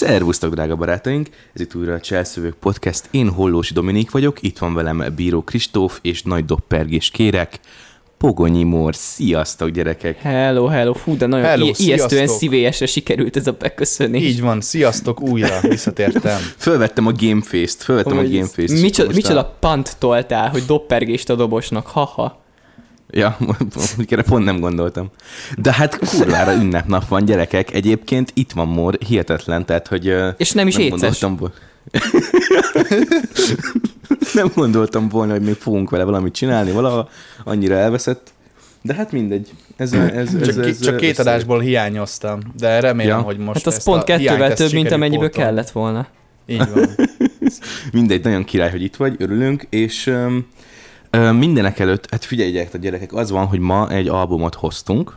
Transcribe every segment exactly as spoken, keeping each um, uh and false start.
Szervusztok, drága barátaink! Ez itt újra a Cselszövők Podcast. Én Hollósi Dominik vagyok, itt van velem Bíró Kristóf, és nagy doppergés kérek, Pogonyi Mór. Sziasztok, gyerekek! Hello, hello! Fú, de nagyon hello, i- ijesztően szívélyesre sikerült ez a beköszönés. Így van, sziasztok, újra visszatértem. Fölvettem a Gameface-t, fölvettem oh, a Gameface-t. Micsoda, micsoda pant toltál, hogy doppergést a dobosnak, haha. Ja, erre pont nem gondoltam. De hát kurvára ünnepnap van, gyerekek. Egyébként itt van Mór, hihetetlen, tehát, hogy... És nem is nem éces. Gondoltam, nem gondoltam volna, hogy még fogunk vele valamit csinálni, valaha annyira elveszett. De hát mindegy. Ez, ez, ez, csak, ez, csak két ez, adásból hiányoztam, de remélem, ja. hogy most hát az pont kettővel több, mint amennyiből pótolni. kellett volna. Így van. Mindegy, nagyon király, hogy itt vagy, örülünk, és... Um, Mindenek előtt, hát figyeljetek a gyerekek, az van, hogy ma egy albumot hoztunk,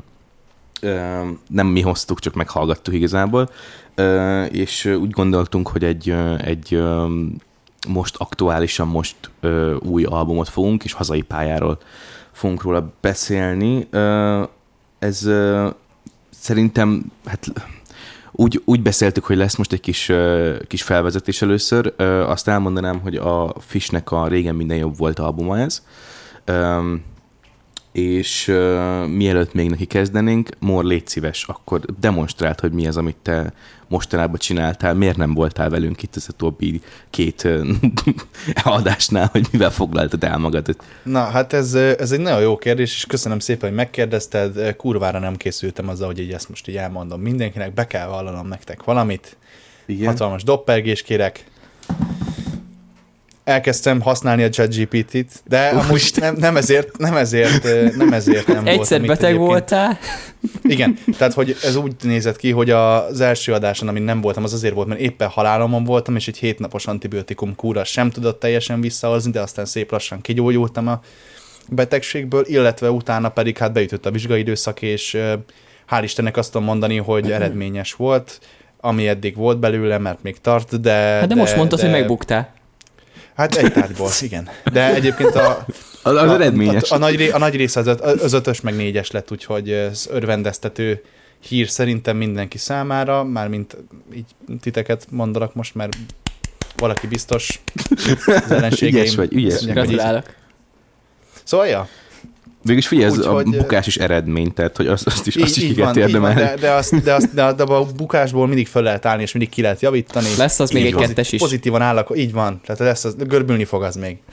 nem mi hoztuk, csak meghallgattuk igazából, és úgy gondoltunk, hogy egy, egy most aktuálisan most új albumot fogunk, és hazai pályáról fogunk róla beszélni. Ez szerintem, hát... Úgy, úgy beszéltük, hogy lesz most egy kis, uh, kis felvezetés először. Uh, azt elmondanám, hogy a Fishnek a Régen minden jobb volt albuma ez. Um, és uh, mielőtt még neki kezdenénk, Mór, légy szíves, akkor demonstráld, hogy mi az, amit te mostanában csináltál. Miért nem voltál velünk itt az utóbbi két uh, adásnál, hogy mivel foglaltad el magadat? Na, hát ez, ez egy nagyon jó kérdés, és köszönöm szépen, hogy megkérdezted. Kurvára nem készültem azzal, hogy így ezt most így elmondom mindenkinek. Be kell vallanom nektek valamit. Igen. Hatalmas doppergés kérek. Elkezdtem használni a ChatGPT-t, de uh, amúgy nem, nem ezért nem ezért nem ezért nem voltam. Egyszer beteg egyébként. Voltál? Igen, tehát hogy ez úgy nézett ki, hogy az első adáson, amin nem voltam, az azért volt, mert éppen halálomon voltam, és egy hétnapos antibiotikum kúra sem tudott teljesen visszahozni, de aztán szép lassan kigyógyultam a betegségből, illetve utána pedig hát beütött a vizsgai időszak, és hál' Istennek azt tudom mondani, hogy eredményes volt, ami eddig volt belőle, mert még tart, de... Hát de, de most mondtad, de... hogy megbuktál. Hát egy tárgyból, igen. De egyébként a, az, az a, eredményes. A, a, nagy, a nagy része az, az ötös meg négyes lett, úgyhogy ez örvendeztető hír szerintem mindenki számára, mármint így titeket mondanak most, mert valaki biztos az ellenségeim. Ügyes vagy, ügyes. Gratulálok. Szóval, ja. Végülis figyelj, ez úgy, a hogy... bukás is eredmény, tehát hogy azt, azt is, azt így, is így ki kell érdemelni. De, de, azt, de, azt, de, de a bukásból mindig föl lehet állni, és mindig ki lehet javítani. Lesz az így még egy van. kettes is. Pozitívan állok, így van. Tehát lesz az, görbülni fog az még.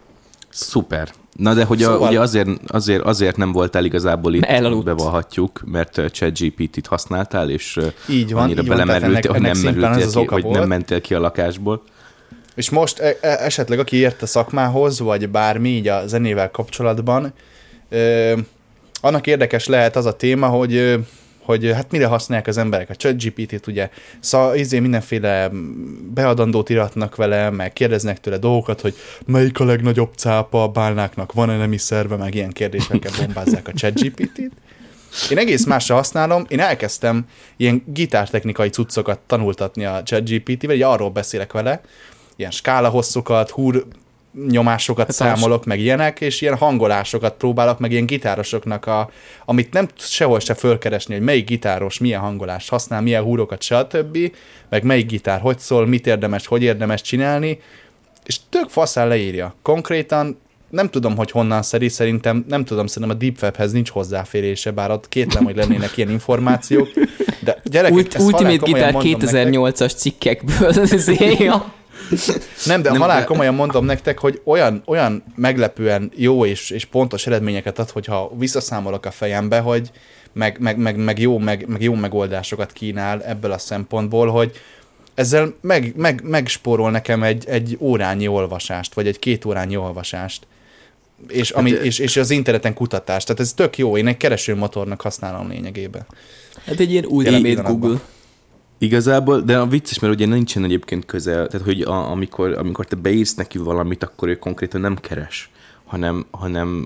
Szuper. Na de hogy szóval... a, ugye azért, azért, azért nem voltál igazából itt, elaludt. Bevallhatjuk, mert ChatGPT-t használtál, és így van, annyira így belemerültél, hogy, nem merültél ki, hogy volt. nem mentél ki a lakásból. És most esetleg, aki ért a szakmához, vagy bármi így a zenével kapcsolatban, ö, annak érdekes lehet az a téma, hogy, hogy hát mire használják az emberek a ChatGPT-t, ugye, szóval izé mindenféle beadandót iratnak vele, meg kérdeznek tőle dolgokat, hogy melyik a legnagyobb cápa a bálnáknak, van-e nemi szerve, meg ilyen kérdésekkel bombázzák a ChatGPT-t. Én egész másra használom, én elkezdtem ilyen gitártechnikai cuccokat tanultatni a ChatGPT-vel, így arról beszélek vele, ilyen skálahosszokat, húr nyomásokat hát számolok, meg ilyenek, és ilyen hangolásokat próbálok, meg ilyen gitárosoknak, a, amit nem tudsz sehol se fölkeresni, hogy melyik gitáros milyen hangolást használ, milyen húrokat, stb., meg melyik gitár hogy szól, mit érdemes, hogy érdemes csinálni, és tök faszán leírja. Konkrétan nem tudom, hogy honnan szedi, szerintem, nem tudom, szerintem a Deep Webhez nincs hozzáférése, bár ott kétlem, hogy lennének ilyen információk, de gyerekek, Ult- ezt Ultimate Guitar kétezer-nyolcas cikkekből zéja. Nem, de nem, halál komolyan mondom nektek, hogy olyan, olyan meglepően jó és, és pontos eredményeket ad, hogyha visszaszámolok a fejembe, hogy meg, meg, meg, meg, jó, meg, meg jó megoldásokat kínál ebből a szempontból, hogy ezzel meg, meg, megspórol nekem egy, egy órányi olvasást, vagy egy két órányi olvasást, és, ami, hát, és, és az interneten kutatást. Tehát ez tök jó, én egy keresőmotornak használom lényegében. Hát egy ilyen ultimate Google. Igazából, de a vicces, mert ugye nincsen egyébként közel, tehát hogy a, amikor, amikor te beírsz neki valamit, akkor ő konkrétan nem keres, hanem, hanem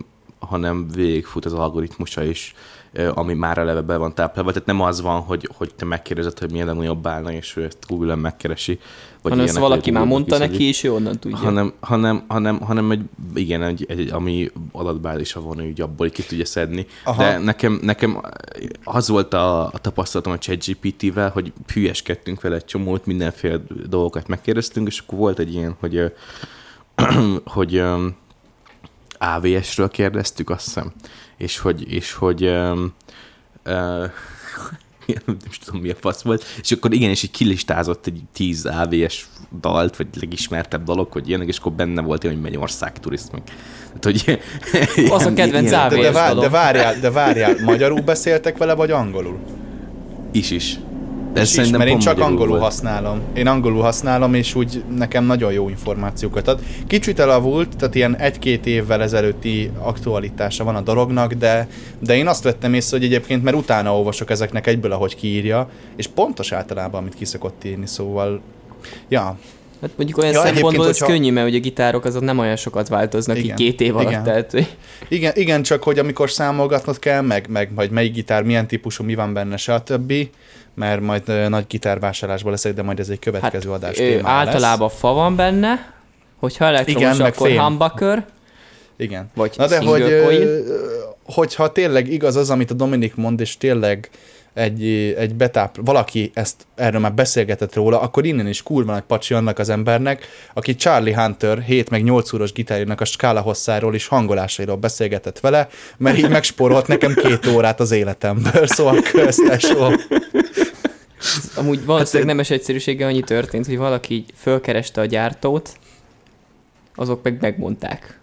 hanem végigfut az algoritmusa is, ami már eleve be van táplálva. Tehát nem az van, hogy, hogy te megkérdezed, hogy milyen jobb állna, és ő ezt Google-en megkeresi. Vagy hanem ezt valaki már mondta neki, és ő onnan tudja. Hanem, hanem, hanem, hanem egy, igen, egy, egy, ami adatbázisa van, hogy abból ki tudja szedni. Aha. De nekem, nekem az volt a, a tapasztalatom a ChatGPT-vel, hogy hülyeskedtünk vele egy csomót, mindenféle dolgokat megkérdeztünk, és akkor volt egy ilyen, hogy, hogy á vé es-ről kérdeztük, azt hiszem, és hogy, és hogy um, uh, nem is tudom, mi a fasz volt, és akkor igen, és így kilistázott egy tíz á vé es dalt, vagy legismertebb dolog, hogy ilyenek, és akkor benne volt ilyen, hogy Mennyország turiszt meg. Tehát, hogy az a kedvenc á vé es de, de, dalok. De várjál, de várjál, magyarul beszéltek vele, vagy angolul? Is is. És is, mert én csak angolul volt. használom. Én angolul használom, és úgy nekem nagyon jó információkat ad. Kicsit elavult, tehát ilyen egy-két évvel ezelőtti aktualitása van a dolognak, de, de én azt vettem észre, hogy egyébként, mert utána olvasok ezeknek egyből, ahogy kiírja, és pontos általában, amit ki szokott írni, szóval, ja. Hát mondjuk olyan ja, szempontból ez hogyha... könnyű, mert ugye a gitárok azok nem olyan sokat változnak igen, így két év alatt. Igen. Tehát, hogy... igen, igen, csak hogy amikor számolgatnod kell, meg, meg majd melyik gitár, milyen típusú, mi van benne, stb., mert majd uh, nagy gitárvásárlásból leszek, de majd ez egy következő hát, adás témája lesz. Általában fa van benne, hogyha elektromos, igen, akkor humbucker. Igen. Vagy na de hogy, uh, hogyha tényleg igaz az, amit a Dominik mond, és tényleg egy, egy betáp, valaki ezt, erről már beszélgetett róla, akkor innen is kurva nagy pacsi annak az embernek, aki Charlie Hunter hét meg nyolc óros gitárjának a skála hosszáról és hangolásairól beszélgetett vele, mert így megspórolt nekem két órát az életemből, szóval köztesó. Amúgy valószínűleg nemes egyszerűséggel annyi történt, hogy valaki így fölkereste a gyártót, azok meg megmondták.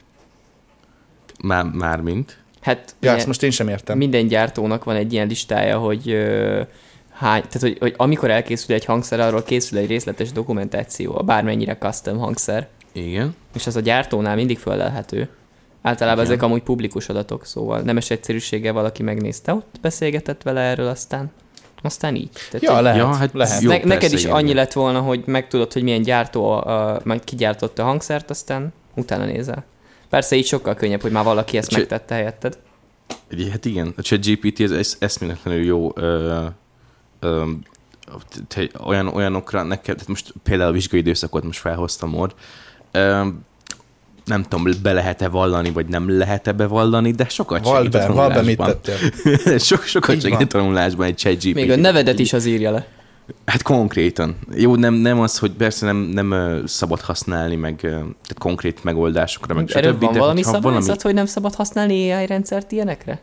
Már, már mint? Hát ja, ezt most én sem értem. Minden gyártónak van egy ilyen listája, hogy ö, hány, tehát hogy, hogy amikor elkészül egy hangszer, arról készül egy részletes dokumentáció, a bármennyire custom hangszer. Igen. És az a gyártónál mindig fölelhető. Általában igen. Ezek amúgy publikus adatok, szóval nemes egyszerűséggel valaki megnézte, ott beszélgetett vele erről, aztán aztán így. Tehát, ja, lehet. Ja, hát lehet. Jó, ne, neked is annyi lett volna, hogy megtudod, hogy milyen gyártó, uh, majd kigyártotta a hangszert, aztán utána nézel. Persze így sokkal könnyebb, hogy már valaki ezt Cs- megtette helyetted. Hát igen, a ChatGPT ez, ez eszméletlenül jó ö, ö, te, olyan, olyanokra neked, tehát most például a vizsgai időszakot most felhoztam ott, ö, nem tudom, be lehet-e vallani, vagy nem lehet-e bevallani, de sokat segít a tanulásban. Val be, mit tettél? so, sokat segít a tanulásban egy ChatGPT. Még a nevedet is az írja le. Hát konkrétan. Jó, nem, nem az, hogy persze nem, nem szabad használni, meg tehát konkrét megoldásokra, meg erről stb. Van de, valami szabályzat, valami... hogy nem szabad használni á i rendszert ilyenekre?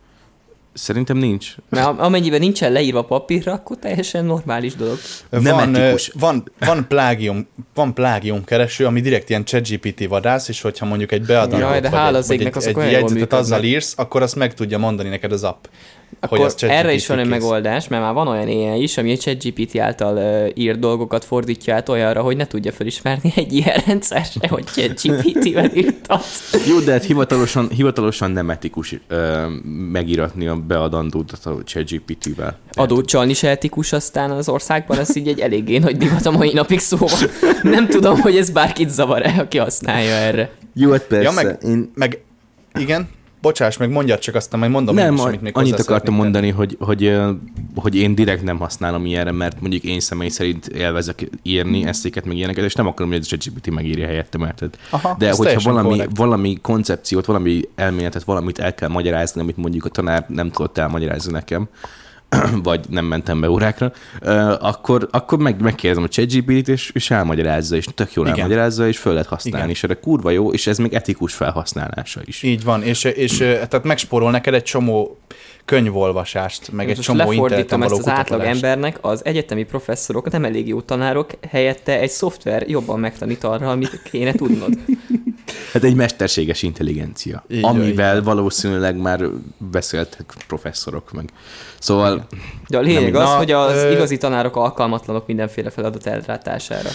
Szerintem nincs. Mert amennyiben nincsen leírva papírra, akkor teljesen normális dolog. Nem van, etikus. Van, van, plágium, van plágium kereső, ami direkt ilyen ChatGPT vadász, és hogyha mondjuk egy beadatot Jaj, de vagy, egy, vagy egy, egy jegyzetet azzal írsz, akkor azt meg tudja mondani neked az app. Akkor erre is van egy megoldás, mert már van olyan á i is, ami egy ChatGPT által uh, írt dolgokat fordítja át olyanra, hogy ne tudja felismerni egy ilyen rendszer se, hogy ChatGPT-vel írtatsz. Jó, de hát hivatalosan, hivatalosan nem etikus uh, megíratni a beadandót a ChatGPT-vel. Adócsalni se etikus aztán az országban, ez így egy eléggé nagy divat a mai napig, szóval nem tudom, hogy ez bárkit zavar-e, aki használja erre. Jó, hát persze. Ja, meg, én... meg igen... Bocsáss, meg mondjad csak, aztán majd mondom nem, is, amit még annyit akartam mondani, hogy, hogy, hogy én direkt nem használom ilyenre, mert mondjuk én személy szerint élvezek írni eszéket, meg ilyeneket, és nem akarom, hogy ez a ChatGPT megírja helyettem, érted? Aha, de hogyha valami, valami koncepciót, valami elméletet, valamit el kell magyarázni, amit mondjuk a tanár nem tudott elmagyarázni nekem, vagy nem mentem be órákra, uh, akkor, akkor meg, megkérdezem a ChatGPT-t, és, és elmagyarázza, és tök jól igen. elmagyarázza, és föl lehet használni, igen. és erre kurva jó, és ez még etikus felhasználása is. Így van, és, és tehát megspórol neked egy csomó könyvolvasást, meg egy csomó interneten való ezt az átlag embernek, az egyetemi professzorok, nem elég jó tanárok, helyette egy szoftver jobban megtanít arra, amit kéne tudnod. Hát egy mesterséges intelligencia, így amivel jó, valószínűleg már beszéltek professzorok meg. Szóval... De a lényeg az, na, hogy az ö... igazi tanárok alkalmatlanok mindenféle feladat ellátásására.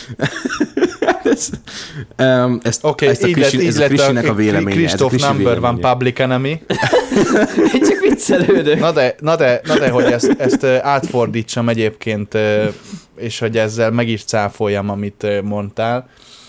ez, um, ezt, okay, ezt a Krishinek a, a véleménye. Christoph number one public enemy. Én csak viccelődök. Na de, na de, na de hogy ezt, ezt átfordítsam egyébként, és hogy ezzel meg is cáfoljam, amit mondtál.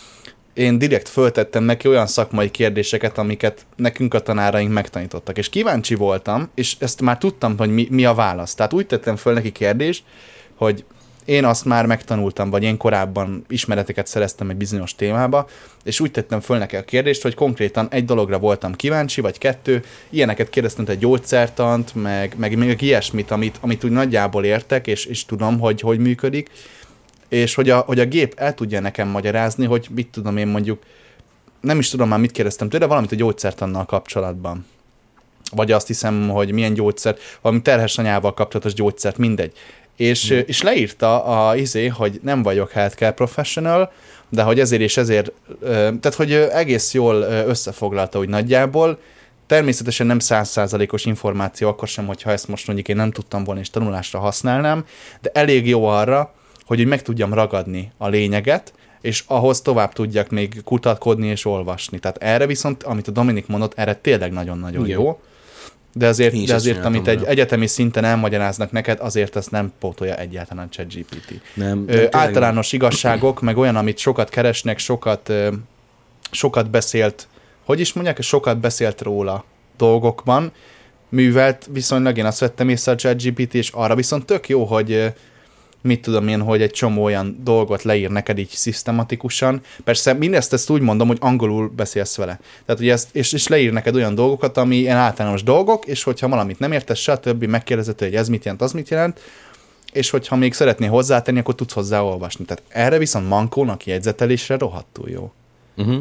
én direkt föltettem neki olyan szakmai kérdéseket, amiket nekünk a tanáraink megtanítottak. És kíváncsi voltam, és ezt már tudtam, hogy mi, mi a válasz. Tehát úgy tettem föl neki kérdést, hogy én azt már megtanultam, vagy én korábban ismereteket szereztem egy bizonyos témába, és úgy tettem föl neki a kérdést, hogy konkrétan egy dologra voltam kíváncsi, vagy kettő, ilyeneket kérdeztem, egy gyógyszertant, meg, meg még ilyesmit, amit, amit úgy nagyjából értek, és, és tudom, hogy hogy működik, és hogy a, hogy a gép el tudja nekem magyarázni, hogy mit tudom én mondjuk, nem is tudom már mit kérdeztem tőle, valamit a gyógyszertannal kapcsolatban. Vagy azt hiszem, hogy milyen gyógyszert, valami terhes anyával kapcsolatos gyógyszert, mindegy. És, mm. és leírta a izé, hogy nem vagyok healthcare professional, de hogy ezért és ezért, tehát hogy egész jól összefoglalta úgy nagyjából. Természetesen nem száz százalékos információ, akkor sem, hogyha ezt most mondjuk én nem tudtam volna és tanulásra használnám, de elég jó arra, hogy úgy meg tudjam ragadni a lényeget, és ahhoz tovább tudjak még kutatkodni és olvasni. Tehát erre viszont, amit a Dominik mondott, erre tényleg nagyon-nagyon igen. jó. De azért, de azért amit egy egyetemi szinten elmagyaráznak neked, azért ezt nem pótolja egyáltalán a ChatGPT. Nem, Ö, általános nem. igazságok, meg olyan, amit sokat keresnek, sokat, ö, sokat beszélt, hogy is mondják, sokat beszélt róla dolgokban, művelt, viszonylag én azt vettem észre a ChatGPT, és arra viszont tök jó, hogy mit tudom én, hogy egy csomó olyan dolgot leír neked így szisztematikusan. Persze mindezt ezt úgy mondom, hogy angolul beszélsz vele. Tehát, hogy ezt, és, és leír neked olyan dolgokat, ami ilyen általános dolgok, és hogyha valamit nem értesz, stb. Megkérdezed, hogy ez mit jelent, az mit jelent, és hogyha még szeretnél hozzátenni, akkor tudsz hozzá olvasni. Tehát erre viszont mankónak jegyzetelésre rohadtul jó. Uh-huh.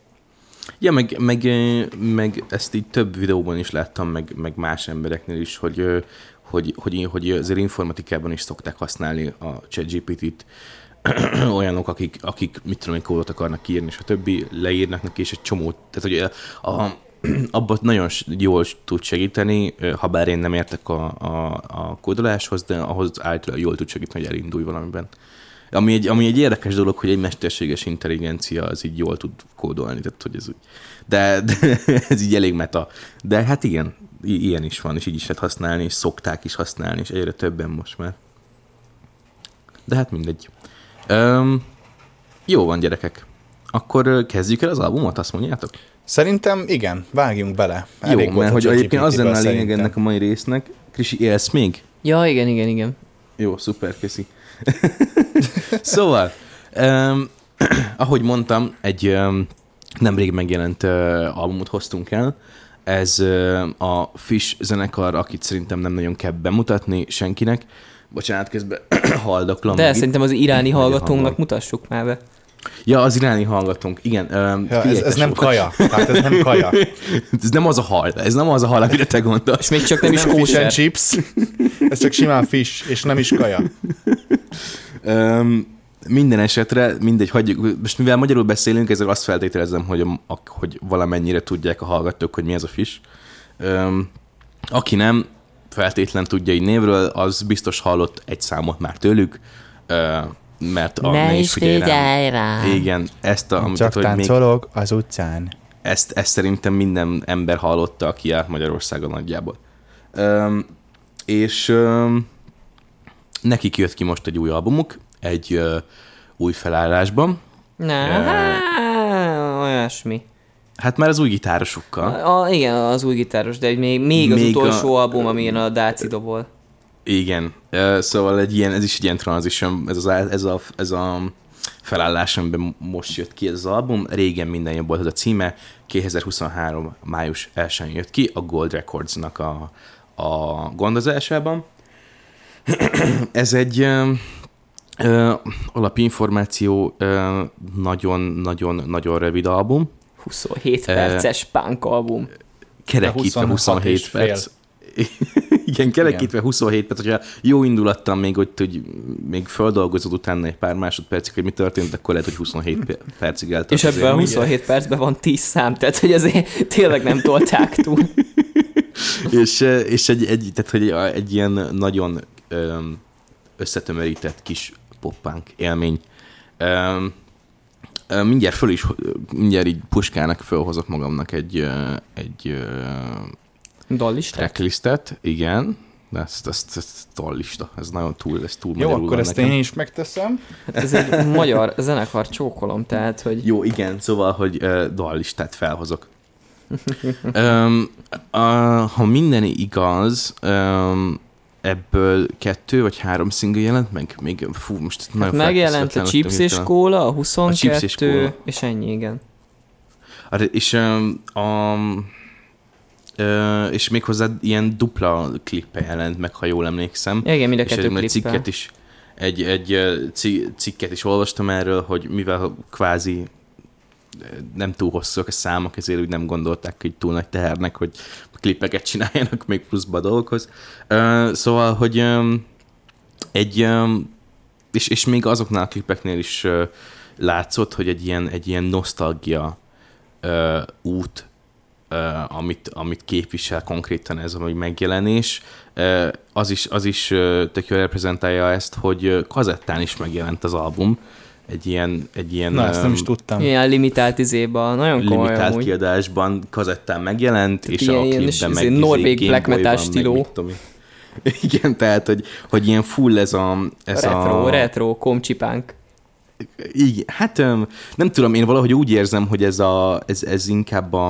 Ja, meg, meg, meg ezt így több videóban is láttam, meg, meg más embereknél is, hogy Hogy, hogy, hogy azért informatikában is szokták használni a ChatGPT-t olyanok, akik, akik mit tudom, hogy kódot akarnak írni, és a többi leírnak neki, és egy csomót, tehát hogy a, a, abban nagyon jól tud segíteni, ha bár én nem értek a, a, a kódoláshoz, de ahhoz általában jól tud segíteni, hogy elindulj valamiben. Ami egy, ami egy érdekes dolog, hogy egy mesterséges intelligencia az így jól tud kódolni, tehát hogy ez úgy. De, de ez így elég meta. De hát igen, ilyen is van, és így is lehet használni, és szokták is használni, és egyre többen most már. De hát mindegy. Üm, jó van, gyerekek. Akkor kezdjük el az albumot, azt mondjátok? Szerintem igen, vágjunk bele. Elég jó, mert hogy egyébként az lenne a lényeg ennek a mai résznek. Krisi, élsz még? Ja, igen, igen, igen. Jó, szuper, köszi. Szóval, um, ahogy mondtam, egy um, nemrég megjelent uh, albumot hoztunk el. Ez uh, a Fish zenekar, akit szerintem nem nagyon kell bemutatni senkinek. Bocsánat, közben haldoklom. De szerintem az iráni hallgatónknak mutassuk már be. Ja, az iráni hallgatónk, igen. Um, ja, ez, ez nem kaja, tehát ez nem kaja. Ez nem az a hal, ez nem az a hal, amire te gondolsz. És még csak nem, nem is fish and chips, ez csak simán fish, és nem is kaja. Um, minden esetre, mindegy, hagyjuk, most mivel magyarul beszélünk, ezzel azt feltételezem, hogy, a, hogy valamennyire tudják a hallgatók, hogy mi ez a Fish. Um, aki nem feltétlen tudja így névről, az biztos hallott egy számot már tőlük, uh, mert a ne is figyelj rá. Igen, ezt a... Csak tehát, táncolok még, az utcán. Ezt, ezt szerintem minden ember hallotta, aki járt Magyarországon nagyjából. Um, és um, nekik jött ki most egy új albumuk, egy uh, új felállásban. Na, uh, olyasmi. Hát már az új gitárosukkal. A, a, igen, az új gitáros, de még, még az még utolsó a, album, amilyen a Dáci dobol. Igen, uh, szóval egy ilyen, ez is egy ilyen transition, ez, az, ez, a, ez a felállás, amiben most jött ki ez az album. Régen minden jobb volt ez a címe, kétezer-huszonhárom május elsején jött ki, a Gold Recordsnak a, a gondozásában. Ez egy uh, uh, alapinformáció, uh, nagyon-nagyon-nagyon rövid album. huszonhét perces uh, punk album. Kerekítve huszonhét perc. Igen, kerekítve huszonhét perc, hogyha jó indulattal még, hogy, hogy még földolgozod utána egy pár másodpercig, hogy mi történt, akkor lehet, hogy huszonhét percig eltart. És ebben a huszonhét percben van tíz szám, tehát hogy azért tényleg nem tolták túl. és és egy, egy, tehát, hogy egy ilyen nagyon öm, összetömörített kis pop-punk élmény. Öm, öm, mindjárt föl is, mindjárt így puskának fölhozok magamnak egy, egy tracklisttet, igen, de ezt, ezt, ezt tollista, ez nagyon túl, ez túl Jó, magyarul akkor ezt nekem. én is megteszem. Hát ez egy magyar zenekar, csókolom, tehát, hogy... Jó, igen, szóval, hogy uh, dallistát felhozok. um, uh, ha minden igaz, um, ebből kettő vagy három single jelent meg? Még, fú, most nagyon hát megjelent a Chips és Cola, a huszonkettő, a és, és ennyi, igen. És, um, um, uh, és még hozzá ilyen dupla klippe jelent meg, ha jól emlékszem. Ja, igen, mind a kettő klippe. Egy cikket is, egy, egy cikket is olvastam erről, hogy mivel kvázi nem túl hosszúak a számok, ezért úgy nem gondolták, hogy túl nagy tehernek, hogy klippeket csináljanak még pluszba a dolgokhoz. Uh, szóval, hogy um, egy, um, és, és még azoknál a klippeknél is uh, látszott, hogy egy ilyen, egy ilyen nosztalgia uh, út, uh, amit, amit képvisel konkrétan ez a megjelenés, uh, az is, az is uh, tök jól reprezentálja ezt, hogy uh, kazettán is megjelent az album, egy ilyen... Egy ilyen Na, ezt nem is tudtam. Ilyen limitált izéban, nagyon komoly. Limitált amúgy. Kiadásban kazettán megjelent, és ilyen, a klipben meg norvég black metal stíló. Igen, tehát, hogy, hogy ilyen full ez a... Ez retro, a... retro, komcsipánk. Igen, hát nem tudom, én valahogy úgy érzem, hogy ez, a, ez, ez inkább a,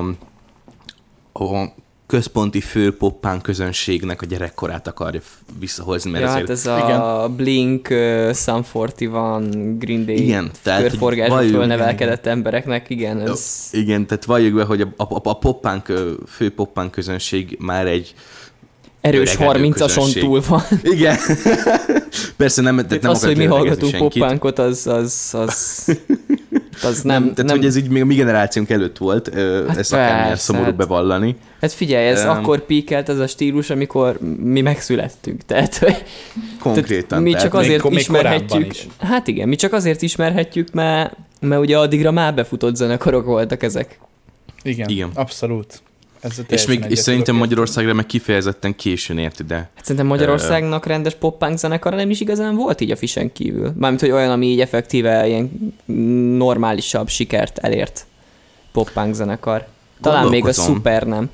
a központi fő poppán közönségnek a gyerekkorát akarja visszahozni. Mert ja, azért, hát ez a igen. Blink, uh, Sum negyvenegy, Green Day igen, körforgásba fölnevelkedett igen. embereknek, igen. Ez... Igen, tehát valljuk be, hogy a, a, a poppánk, fő poppán közönség már egy erős harmincason túl van. Igen. Persze nem, tehát nem az, hogy mi hallgatunk poppánkot, az, az, az, az nem... nem tehát, nem... hogy ez így még a mi generációnk előtt volt, hát ezt akármilyen szomorú hát, bevallani. Hát figyelj, ez um, akkor píkelt ez a stílus, amikor mi megszülettünk. Tehát, hogy, konkrétan. Tehát mi tehát csak azért még, ismerhetjük... Is. Hát igen, mi csak azért ismerhetjük, mert, mert ugye addigra már befutott zenekarok voltak ezek. Igen, igen. Abszolút. És, még, és szerintem Magyarországra meg kifejezetten későn ért ide. Hát szerintem Magyarországnak rendes pop-punk zenekara nem is igazán volt így a Fisen kívül. Mármint, hogy olyan, ami így effektíve ilyen normálisabb sikert elért pop-punk zenekar. Talán még a Super nem.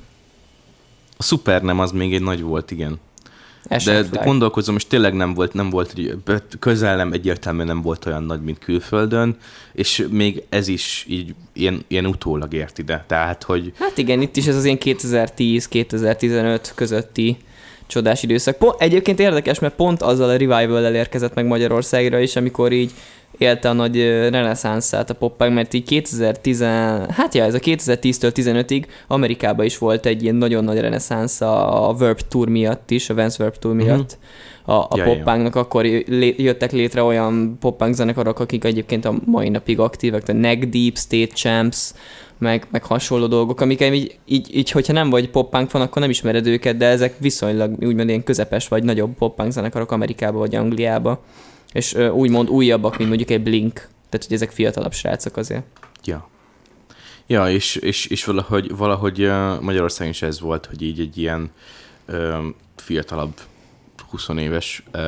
A Super nem, az még egy nagy volt, igen. De, de gondolkozom, és tényleg nem volt, nem volt, közel nem, egyértelműen nem volt olyan nagy, mint külföldön, és még ez is így ilyen, ilyen utólag ért ide. Tehát, hogy... Hát igen, itt is ez az ilyen kétezer-tíz kétezer-tizenöt közötti csodás időszak. Pont, egyébként érdekes, mert pont azzal a revival-el érkezett meg Magyarországra is, amikor így élte a nagy reneszánszát a pop-punk, mert így kétezer-tíz, hát ja, ez a kétezer-tíztől tizenötig Amerikában is volt egy ilyen nagyon nagy reneszánsz a Verb Tour miatt is, a Vance Verb Tour miatt. Uh-huh. A, a ja, pop-punknak ja. Akkor jöttek létre olyan pop-punk zenekarok, akik egyébként a mai napig aktívak, a Neck Deep, State Champs, meg, meg hasonló dolgok, amik így, így, így, hogyha nem vagy pop-punk fan, akkor nem ismered őket, de ezek viszonylag úgymond ilyen közepes vagy nagyobb pop-punk zenekarok Amerikában vagy Angliában. És uh, úgymond újabbak, mint mondjuk egy Blink. Tehát, hogy ezek fiatalabb srácok azért. Ja. Ja, és, és, és valahogy, valahogy uh, Magyarországon is ez volt, hogy így egy ilyen uh, fiatalabb, húsz éves, uh,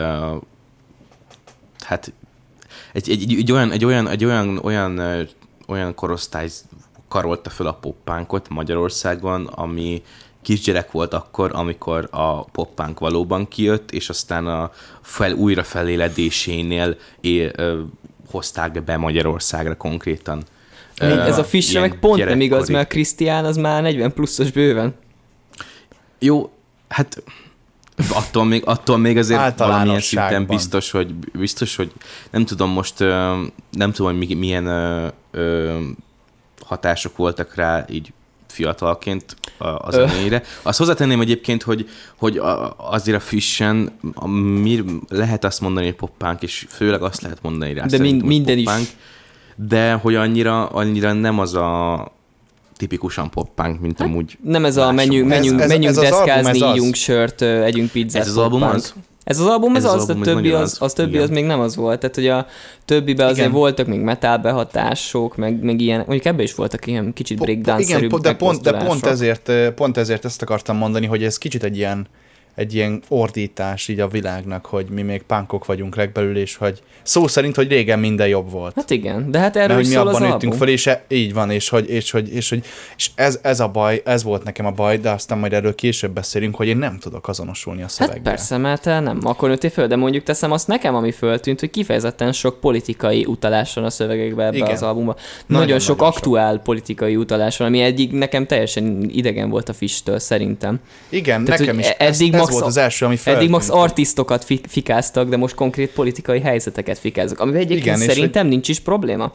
hát egy, egy, egy olyan, egy olyan, egy olyan, olyan, uh, olyan korosztály karolta föl a pop-punkot Magyarországon, ami kisgyerek volt akkor, amikor a pop-punk valóban kijött, és aztán a fel, újra feléledésénél é, ö, hozták be Magyarországra konkrétan. Még ez a Fisre meg pont nem igaz, mert a Krisztián az már negyven pluszos bőven. Jó, hát attól még, attól még azért valamilyen szinten biztos, hogy, biztos, hogy nem tudom most, nem tudom, hogy milyen ö, ö, hatások voltak rá így fiatalként a zenére. Azt hozzátenném egyébként, hogy, hogy azért a Fishen mi lehet azt mondani, hogy pop-punk, és főleg azt lehet mondani rá, de mind, minden is. De hogy annyira, annyira nem az a tipikusan pop-punk, mint hát, amúgy. Nem ez a menjünk, menjünk, ez, ez, menjünk ez deszkázni, ígyunk sört, együnk pizzát. Ez az album az? Ez az album, ez, ez az, az, album, a többi, az, az, többi az még nem az volt. Tehát, hogy a többiben azért voltak még metal behatások, meg, meg ilyen, mondjuk ebben is voltak ilyen kicsit breakdance-szerűbb de pont, de pont ezért, pont ezért ezt akartam mondani, hogy ez kicsit egy ilyen egy ilyen ordítás így a világnak, hogy mi még punkok vagyunk legbelül, és hogy szó szerint, hogy régen minden jobb volt. Hát igen, de hát erről mert, is hogy mi szól az abban album. nőttünk föl, és e, így van, és hogy, és hogy, és hogy és ez, ez a baj, ez volt nekem a baj, de aztán majd erről később beszélünk, hogy én nem tudok azonosulni a szöveggel. Hát persze, mert te nem, akkor nőttél föl, de mondjuk teszem azt nekem, ami föltűnt, hogy kifejezetten sok politikai utalás van a szövegekben ebbe Igen. az albumban. Nagyon, Nagyon sok nagyon aktuál politikai utalás van, ami eddig nekem teljesen idegen volt a Fishtől, szerintem. Igen, Tehát, nekem hogy is. eddig ez, max ez volt az első, ami Eddig feltűnt. max artistokat fi- fikáztak, de most konkrét politikai helyzeteket fikáznak, amivel egyébként Igen, és szerintem nincs is probléma.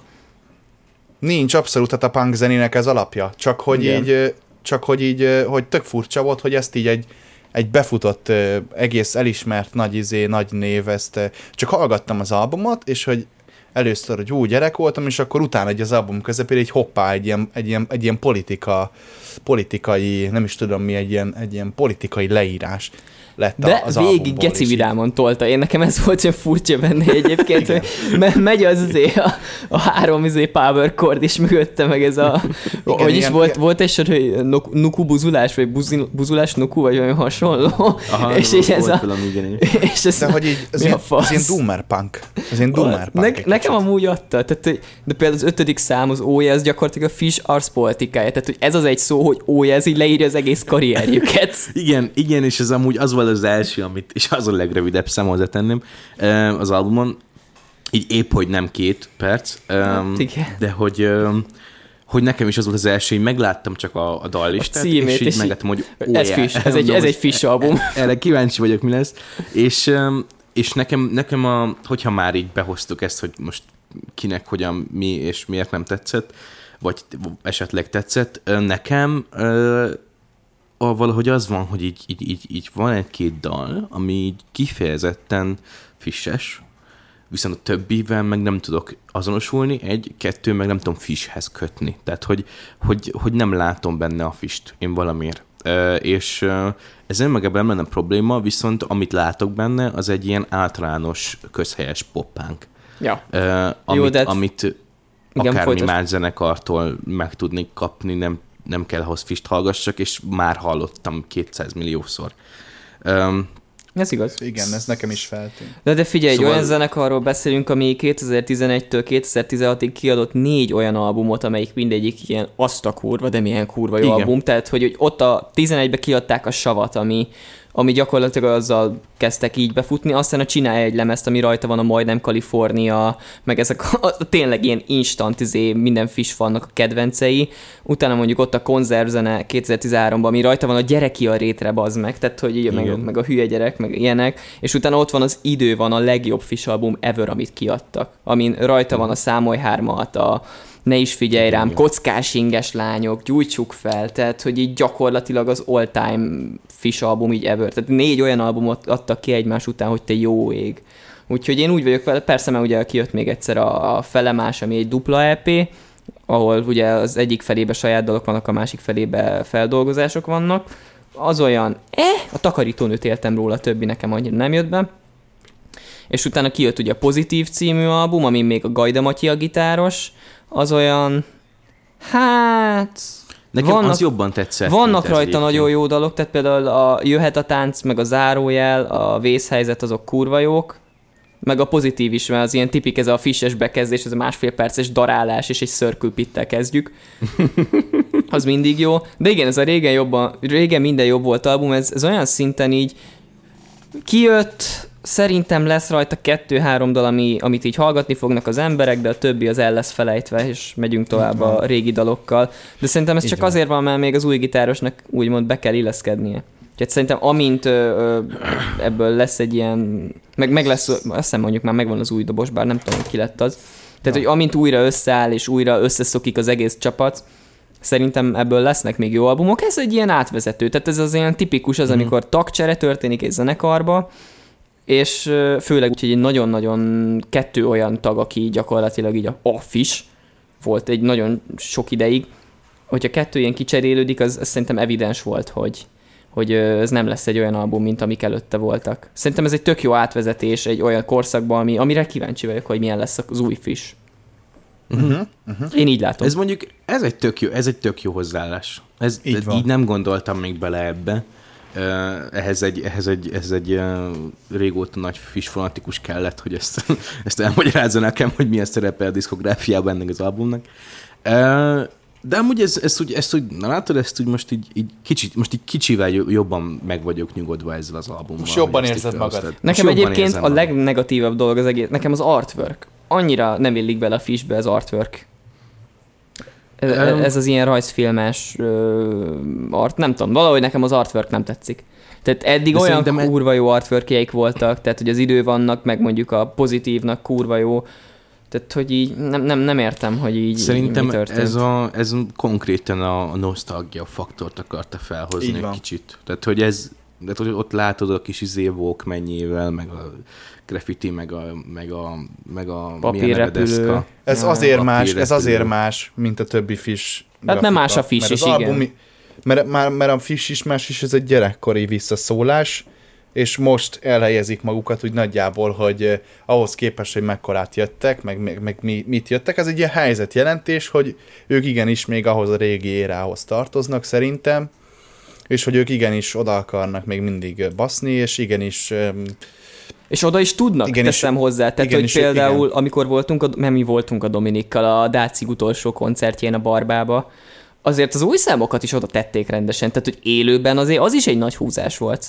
Nincs, abszolút, hát a punk zenének ez alapja. Csak hogy Igen. így, ö, csak hogy így, ö, hogy tök furcsa volt, hogy ezt így egy, egy befutott, ö, egész elismert nagy izé, nagy név, ezt ö, csak hallgattam az albumot, és hogy először, hogy úgy gyerek voltam, és akkor utána egy az album közepére egy hoppá, egy ilyen, egy ilyen, egy ilyen politika, politikai, nem is tudom mi, egy ilyen, egy ilyen politikai leírás lett De az végig albumból, geci és így- vidámon tolta. Én nekem ez volt olyan furcsa benne egyébként, hogy me- megy az izé a, a három izé power chord is mögötte, meg ez a... Igen, hogy is ilyen- volt, volt egy sor, hogy nuk- nuku buzulás, vagy buzil, buzulás nuku, vagy olyan hasonló. Aha, és így ez a... valami, igen. És ez, De hogy így, ez, mi a ilyen, fasz? ez ilyen doomer punk. Ez ilyen doomer punk. Ne, egy nekem kicsit. amúgy adta, tehát, hogy- de például az ötödik szám, az ó jé, ez gyakorlatilag a Fish arszpolitikája, tehát hogy ez az egy szó, hogy ó jé, ez így leírja az egész karrierjüket. Igen, igen, és ez amúgy az volt az első, amit, és az a legrövidebb szám hozzátenném az albumon, így épp, hogy nem két perc, um, igen. de hogy, um, hogy nekem is az volt az első, hogy megláttam csak a, a dallistát, A címét, és így és megláttam, hogy ó, Ez yeah. Fish, ez egy, Na ez most egy Fish album. Erre kíváncsi vagyok, mi lesz. És, um, és nekem, nekem a, hogyha már így behoztuk ezt, hogy most kinek, hogyan, mi és miért nem tetszett, vagy esetleg tetszett, nekem uh, a, valahogy az van, hogy így, így, így, így van egy-két dal, ami így kifejezetten fishes, viszont a többivel meg nem tudok azonosulni, egy, kettő, meg nem tudom fishhez kötni. Tehát, hogy, hogy, hogy nem látom benne a fist, én valamiért. Uh, és uh, ez önmagában nem lenne probléma, viszont amit látok benne, az egy ilyen általános közhelyes poppánk. Ja. Uh, amit, Jó, de hát- amit Igen, akármi folytasd. más zenekartól meg tudnék kapni, nem, nem kell ahhoz fist hallgassak, és már hallottam kétszáz milliószor. Um, Ez igaz. Igen, ez nekem is feltűnt. De, de figyelj, Szóval- szóval... olyan zenekarról beszélünk, ami kétezer-tizenegytől kétezer-tizenhatig kiadott négy olyan albumot, amelyik mindegyik ilyen azt a kurva, de milyen kurva jó Igen. album. Tehát, hogy, hogy ott a tizenegybe kiadták a Savat, ami, ami gyakorlatilag azzal kezdtek így befutni, aztán a Csinálj egy lemezt, ami rajta van a Majdnem Kalifornia, meg ezek a, a tényleg ilyen instant izé, minden Fish fannak a kedvencei. Utána mondjuk ott a konzervzene kétezer-tizenháromban, ami rajta van a Gyereki a rétre, bazd meg, tehát hogy így, meg, meg a hülye gyerek, meg ilyenek, és utána ott van az Idő van, a legjobb Fish album ever, amit kiadtak, amin rajta van a Számolj hármat, a Ne is figyelj rám, Kockás inges lányok, Gyújtsuk fel, tehát hogy így gyakorlatilag az all-time Fish album így ever. Tehát négy olyan albumot adtak ki egymás után, hogy te jó ég. Úgyhogy én úgy vagyok vele, persze, mert ugye kijött még egyszer a, a Felemás, ami egy dupla é pé, ahol ugye az egyik felébe saját dalok vannak, a másik felébe feldolgozások vannak. Az olyan, eh, a Takarítónőt éltem róla, a többi nekem annyira nem jött be. És utána kijött ugye a Pozitív című album, ami még a Gajda Matyi a gitáros, az olyan, hát... nekem vannak, az jobban tetszett. Vannak mint ez rajta egyébként. nagyon jó dalok, tehát például a Jöhet a tánc, meg a Zárójel, a Vészhelyzet, azok kurva jók, meg a Pozitív is, mert az ilyen tipik, ez a fishes bekezdés, ez a másfél perces darálás, és egy circle pittel kezdjük. Az mindig jó. De igen, ez a régen, jobban, régen minden jobb volt album, ez, ez olyan szinten így kijött, szerintem lesz rajta kettő-három dal, ami, amit így hallgatni fognak az emberek, de a többi az el lesz felejtve, és megyünk tovább a régi dalokkal. De szerintem ez Így csak van. azért van, mert még az új gitárosnak úgymond be kell illeszkednie. Úgyhogy szerintem amint ö, ö, ebből lesz egy ilyen, meg, meg lesz, azt hiszem mondjuk már megvan az új dobos, bár nem tudom, hogy ki lett az. Tehát, hogy amint újra összeáll, és újra összeszokik az egész csapat, szerintem ebből lesznek még jó albumok. Ez egy ilyen átvezető, tehát ez az ilyen tipikus az, amikor tagcsere történik egy zenekarba, és ö, főleg úgy, hogy egy nagyon-nagyon kettő olyan tag, aki gyakorlatilag így a, a Fish volt egy nagyon sok ideig, hogyha kettő ilyen kicserélődik, az, az szerintem evidens volt, hogy, hogy ö, ez nem lesz egy olyan album, mint amik előtte voltak. Szerintem ez egy tök jó átvezetés egy olyan korszakban, ami, amire kíváncsi vagyok, hogy milyen lesz az új Fish. Uh-huh, uh-huh. Én így látom. Ez mondjuk, ez egy tök jó, ez egy tök jó hozzáállás. Ez, Így így, van. így nem gondoltam még bele ebbe. ehhez egy, ehhez egy, ehhez egy régóta nagy Fish fanatikus kellett, hogy ezt, ezt elmagyarázza nekem, hogy milyen szerepe a diszkográfiában ennek az albumnak. De amúgy ez, ez úgy, ezt úgy, na látod, ezt úgy most így, így kicsit, most így kicsivel jobban meg vagyok nyugodva ezzel az albummal. Most jobban érzed magad. Nekem most egyébként a legnegatívabb dolog az egész, nekem az artwork. Annyira nem illik bele a Fishbe az artwork. Ez, um, ez az ilyen rajzfilmes uh, art, nem tudom, valahogy nekem az artwork nem tetszik. Tehát eddig olyan kurva jó artworkjeik voltak, tehát hogy az idő vannak, meg mondjuk a pozitívnak kurva jó. Tehát, hogy így nem, nem, nem értem, hogy így szerintem mi történt. Ez, a, ez konkrétan a nosztalgia faktort akarta felhozni egy kicsit. Tehát, hogy ez, tehát, hogy ott látod a kis izé Walkman-jével, meg a graffiti, meg a, meg a, meg a papírrepülő. Ez ja. azért más, ez azért más, mint a többi Fish grafika. Hát nem más a Fish is, igen. Albumi, mert, mert, mert a Fish is más is, ez egy gyerekkori visszaszólás, és most elhelyezik magukat úgy nagyjából, hogy eh, ahhoz képest, hogy mekkorát jöttek, meg, meg, meg mi, mit jöttek, ez egy ilyen helyzetjelentés, hogy ők igenis még ahhoz a régi érához tartoznak szerintem, és hogy ők igenis oda akarnak még mindig baszni, és igenis... Eh, és oda is tudnak, igenis, teszem hozzá. Tehát, igenis, hogy például, igen. amikor voltunk, a, mert mi voltunk a Dominikkal a Dácig utolsó koncertjén a Barbába, azért az új számokat is oda tették rendesen, tehát, hogy élőben azért az is egy nagy húzás volt.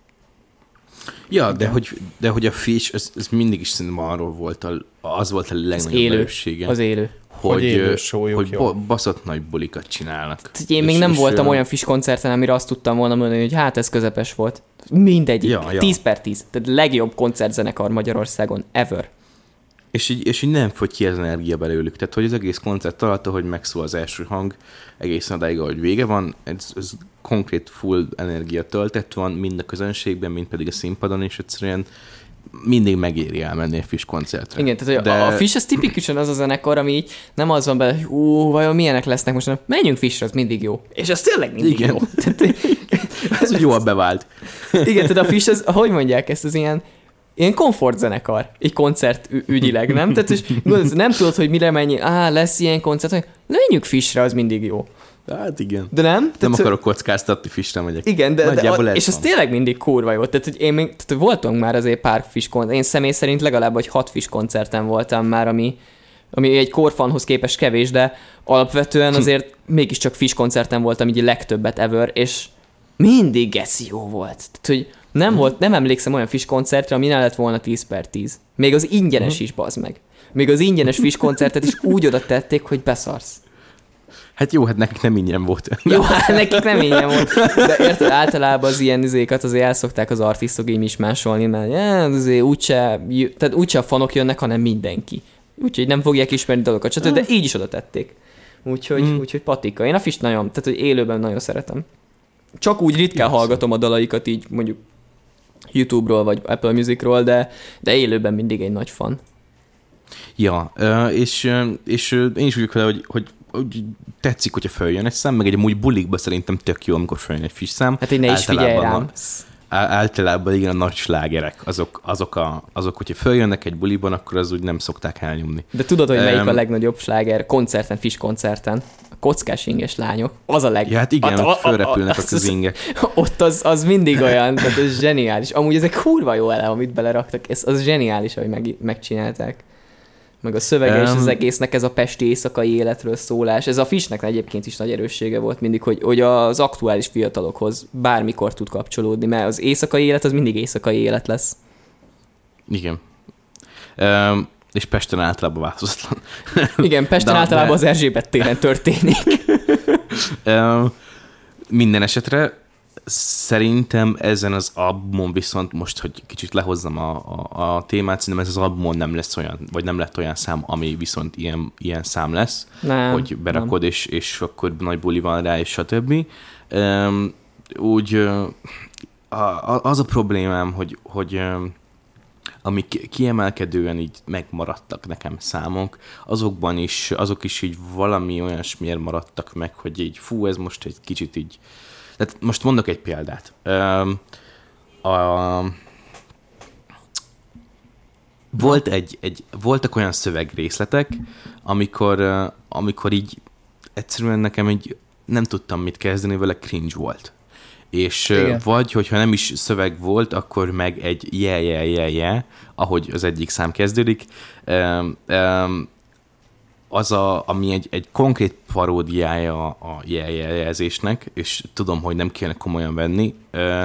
Ja, de hogy, de hogy a Fish, ez, ez mindig is szerintem arról volt, a, az volt a legnagyobb erőssége. Az élő. Hogy, hogy, élő hogy bo- baszott nagy bulikat csinálnak. Tehát én és, még nem voltam ő... olyan Fish koncerten, amire azt tudtam volna mondani, hogy hát ez közepes volt. Mindegyik. Ja, ja. tíz per tíz. Tehát legjobb koncertzenekar Magyarországon ever. És így, és így nem fogy ki az energia belőlük. Tehát, hogy az egész koncert alatt, hogy megszól az első hang, egészen odáig, ahogy vége van, ez, ez konkrét full energia töltett van, mind a közönségben, mind pedig a színpadon, és egyszerűen mindig megéri elmenni a Fish koncertre. Igen, tehát De... a Fish az tipikusan az a zenekar, ami így nem az van bele, hogy ú, vajon milyenek lesznek most, hanem menjünk Fishre, az mindig jó. És az tényleg mindig igen. jó. Tehát, ez úgy jól bevált. Igen, tehát a Fish az, hogy mondják ezt, az ilyen ilyen komfortzenekar, egy koncert ügyileg, nem? Tehát és gondolod, nem tudod, hogy mire menjél, á, lesz ilyen koncert, hogy menjünk Fishre, az mindig jó. Hát igen. De nem? Nem tehát, akarok kockáztatni, Fishre megyek. Igen, de, de a, és az tényleg mindig kurva jó. Tehát, hogy én még, tehát voltunk már azért pár Fish koncert. Én személy szerint legalább vagy hat Fish koncerten voltam már, ami, ami egy korfanhoz képest kevés, de alapvetően azért mégiscsak Fish koncerten voltam így legtöbbet ever, és mindig geci jó volt. Tehát, hogy nem volt, nem emlékszem olyan Fish koncertre, ami ne lett volna tíz per tíz. Még az ingyenes uh-huh. is, bazd meg. Még az ingyenes Fish koncertet is úgy oda tették, hogy beszarsz. Hát jó, hát nekik nem ingyen volt. Jó, hát nekik nem ingyen volt. De érted, általában az ilyen izékat azért elszokták az artisztok így is másolni, mert ja, azért úgyse, tehát úgyse a fanok jönnek, hanem mindenki. Úgyhogy nem fogják ismerni dolgokat, stb. De így is oda tették. Úgyhogy, mm. úgyhogy patika. Én a Fish nagyon, tehát hogy élőben nagyon szeretem. Csak úgy ritkán hallgatom a dalaikat így mondjuk YouTube-ról vagy Apple Music-ról, de, de élőben mindig egy nagy fan. Ja, és, és én is úgy vagyok vele, hogy, hogy, hogy tetszik, hogyha följön egy szám, meg egy amúgy bulikba szerintem tök jó, amikor följön egy Fish szám. Hát én ne is figyelj rám. Általában igen, a nagy slágerek, azok, azok, a, azok, hogyha följönnek egy buliban, akkor az úgy nem szokták elnyomni. De tudod, hogy melyik um, a legnagyobb sláger koncerten, Fish koncerten? A kockás inges lányok. Az a leg... Ja, hát igen, ott fölrepülnek a közingek. Ott az, az mindig olyan, tehát ez zseniális. Amúgy ez egy kurva jó elem, amit beleraktak, ez az zseniális, ahogy meg, megcsinálták. Meg a szövege um, és az egésznek ez a pesti éjszakai életről szólás. Ez a Fishnek egyébként is nagy erőssége volt mindig, hogy, hogy az aktuális fiatalokhoz bármikor tud kapcsolódni, mert az éjszakai élet az mindig éjszakai élet lesz. Igen. Um, és Pesten általában változatlan. Igen, Pesten de, általában de... az Erzsébet téren történik. um, minden esetre szerintem ezen az albumon viszont most, hogy kicsit lehozzam a, a, a témát, szerintem ez az albumon nem lesz olyan, vagy nem lett olyan szám, ami viszont ilyen, ilyen szám lesz, nem, hogy berakod, és, és akkor nagy buli van rá, és stb. Um, úgy uh, az a problémám, hogy, hogy um, amik kiemelkedően így megmaradtak nekem számok, azokban is, azok is így valami olyasmiért maradtak meg, hogy így fú, ez most egy kicsit így. Tehát most mondok egy példát. Um, a, volt egy, egy, voltak olyan szövegrészletek, amikor, uh, amikor így egyszerűen nekem így nem tudtam mit kezdeni vele, cringe volt. És Igen. vagy, hogyha nem is szöveg volt, akkor meg egy yeah, yeah, yeah, yeah, ahogy az egyik szám kezdődik, um, um, az, a, ami egy, egy konkrét paródiája a yeah, yeah, jelzésnek, és tudom, hogy nem kéne komolyan venni, uh,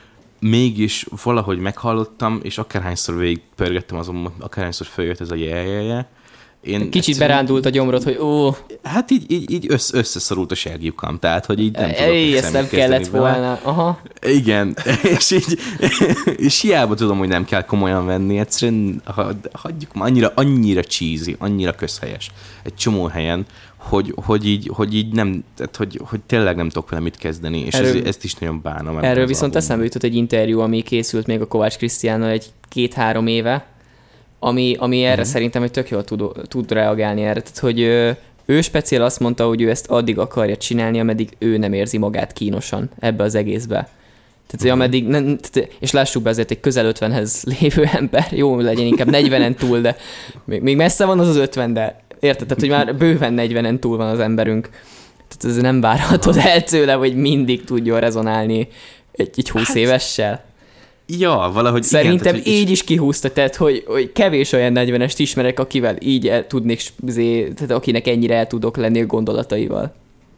mégis valahogy meghallottam, és akárhányszor végigpörgettem azon, akárhányszor följött ez a yeah, yeah, yeah. Én Kicsit berándult a gyomrod, hogy ó... Hát így, így, így össz, összeszorult a sergjukam, tehát, hogy így nem tudok Ej, ezt nem kellett volna. Aha. Igen, és így, és hiába tudom, hogy nem kell komolyan venni, egyszerűen hagyjuk már, annyira, annyira cheesy, annyira közhelyes egy csomó helyen, hogy, hogy, így, hogy így nem, tehát hogy, hogy tényleg nem tudok vele mit kezdeni, és erről, ez, ezt is nagyon bánom. Erről viszont eszembe jutott egy interjú, ami készült még a Kovács Krisztiánnal egy két-három éve, ami, ami erre uh-huh. szerintem hogy tök jól tud, tud reagálni erre. Tehát, hogy ő, ő speciál azt mondta, hogy ő ezt addig akarja csinálni, ameddig ő nem érzi magát kínosan ebbe az egészbe. Tehát, uh-huh. ameddig, nem, tehát, és lássuk be, azért egy közel ötvenhez lévő ember, jó legyen inkább negyvenen túl, de még, még messze van az az ötven, de érted? Tehát, hogy már bőven negyvenen túl van az emberünk. Tehát ez nem várhatod el tőle, hogy mindig tudjon rezonálni egy, egy húsz hát, évessel. Ja, valahogy szerintem igen, tehát, így is kihúzta, tehát hogy, hogy kevés olyan negyvenest ismerek, akivel így el tudnék, tehát akinek ennyire el tudok lenni a gondolataival.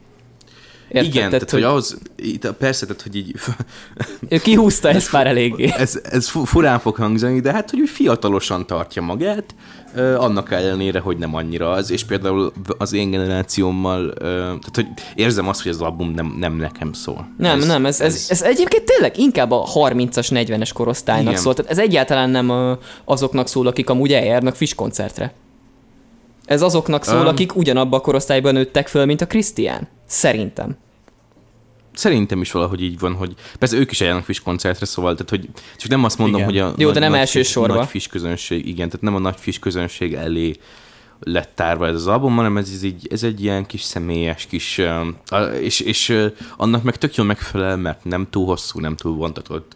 Érted? Igen, tehát, tehát hogy ahhoz, persze, tehát, hogy így... Ő kihúzta ezt már eléggé. Ez, ez furán fog hangzani, de hát, hogy fiatalosan tartja magát, annak ellenére, hogy nem annyira az, és például az én generációmmal, tehát, hogy érzem azt, hogy az album nem, nem nekem szól. Nem, ez, nem, ez, ez, ez, ez egyébként tényleg inkább a harmincas, negyvenes korosztálynak igen. szól, tehát ez egyáltalán nem azoknak szól, akik amúgy eljárnak Fish koncertre. Ez azoknak szól, um, akik ugyanabba a korosztályban nőttek föl, mint a Krisztián. Szerintem. Szerintem is valahogy így van, hogy persze ők is eljárnak Fish koncertre, szóval, tehát, hogy csak nem azt mondom, igen. hogy a jó, nagy, de nem nagy, elsősorban. nagy Fish közönség, igen, tehát nem a nagy Fish közönség elé lett tárva ez az album, hanem ez, ez, így, ez egy ilyen kis személyes kis, és, és annak meg tök jól megfelel, mert nem túl hosszú, nem túl vontatott.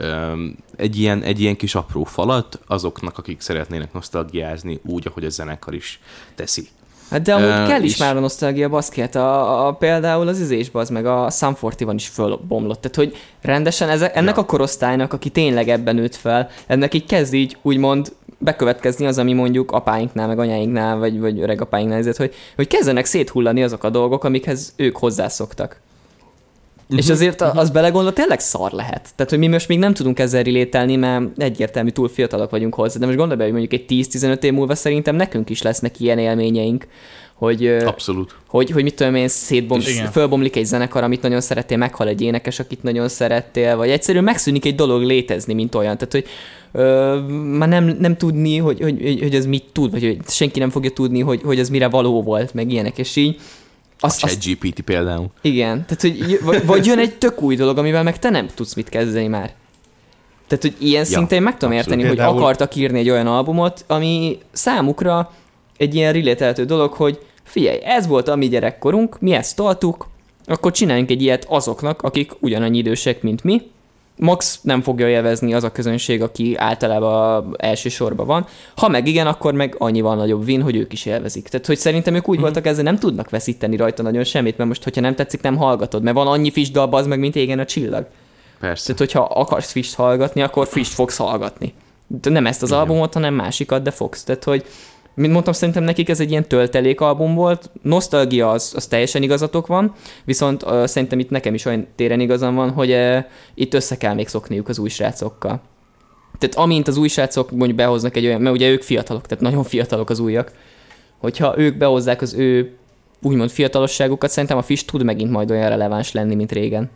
Egy ilyen, egy ilyen kis apró falat azoknak, akik szeretnének nosztalgiázni úgy, ahogy a zenekar is teszi. Hát de amúgy uh, kell is már a nosztalgia, baszki, hát a, a, például az izésbe az meg a Sum negyven is fölbomlott, tehát hogy rendesen ezek, ennek ja. a korosztálynak, aki tényleg ebben nőtt fel, ennek így kezd így úgymond bekövetkezni az, ami mondjuk apáinknál, meg anyáinknál, vagy, vagy öregapáinknál ezért, hogy, hogy kezdenek széthullani azok a dolgok, amikhez ők hozzászoktak. Uh-huh. És azért az belegondol, tényleg szar lehet. Tehát, hogy mi most még nem tudunk ezzel relételni, mert egyértelmű túl fiatalok vagyunk hozzá. De most gondolj be, hogy mondjuk egy tíz-tizenöt év múlva szerintem nekünk is lesznek ilyen élményeink, hogy, abszolút. Hogy, hogy mit tudom én, szétbom, fölbomlik egy zenekar, amit nagyon szerettél, meghal egy énekes, akit nagyon szerettél, vagy egyszerűen megszűnik egy dolog létezni, mint olyan. Tehát, hogy ö, már nem, nem tudni, hogy, hogy, hogy ez mit tud, vagy hogy senki nem fogja tudni, hogy, hogy ez mire való volt, meg ilyenek, és így Azt, a ChatGPT például. Igen, tehát hogy vagy, vagy jön egy tök új dolog, amivel meg te nem tudsz mit kezdeni már. Tehát, hogy ilyen ja, szinten meg tudom érteni, hogy például akartak írni egy olyan albumot, ami számukra egy ilyen relatálható dolog, hogy figyelj, ez volt a mi gyerekkorunk, mi ezt toltuk, akkor csináljunk egy ilyet azoknak, akik ugyanannyi idősek, mint mi. Max nem fogja élvezni az a közönség, aki általában első sorban van. Ha meg igen, akkor meg annyival nagyobb win, hogy ők is élvezik. Tehát, hogy szerintem ők úgy mm. voltak ezzel, nem tudnak veszíteni rajta nagyon semmit, mert most, hogyha nem tetszik, nem hallgatod, mert van annyi Fish dal, bazd meg, mint égen a csillag. Persze. Tehát, hogyha akarsz Fish-t hallgatni, akkor Fish-t fogsz hallgatni. De nem ezt az igen. albumot, hanem másikat, de fogsz. Tehát, hogy mint mondtam, szerintem nekik ez egy ilyen töltelék album volt. Nosztalgia az, az teljesen igazatok van, viszont uh, szerintem itt nekem is olyan téren igazam van, hogy uh, itt össze kell még szokniuk az új srácokkal. Tehát amint az új srácok mondjuk behoznak egy olyan, mert ugye ők fiatalok, tehát nagyon fiatalok az újak, hogyha ők behozzák az ő úgymond fiatalosságukat, szerintem a Fish tud megint majd olyan releváns lenni, mint régen.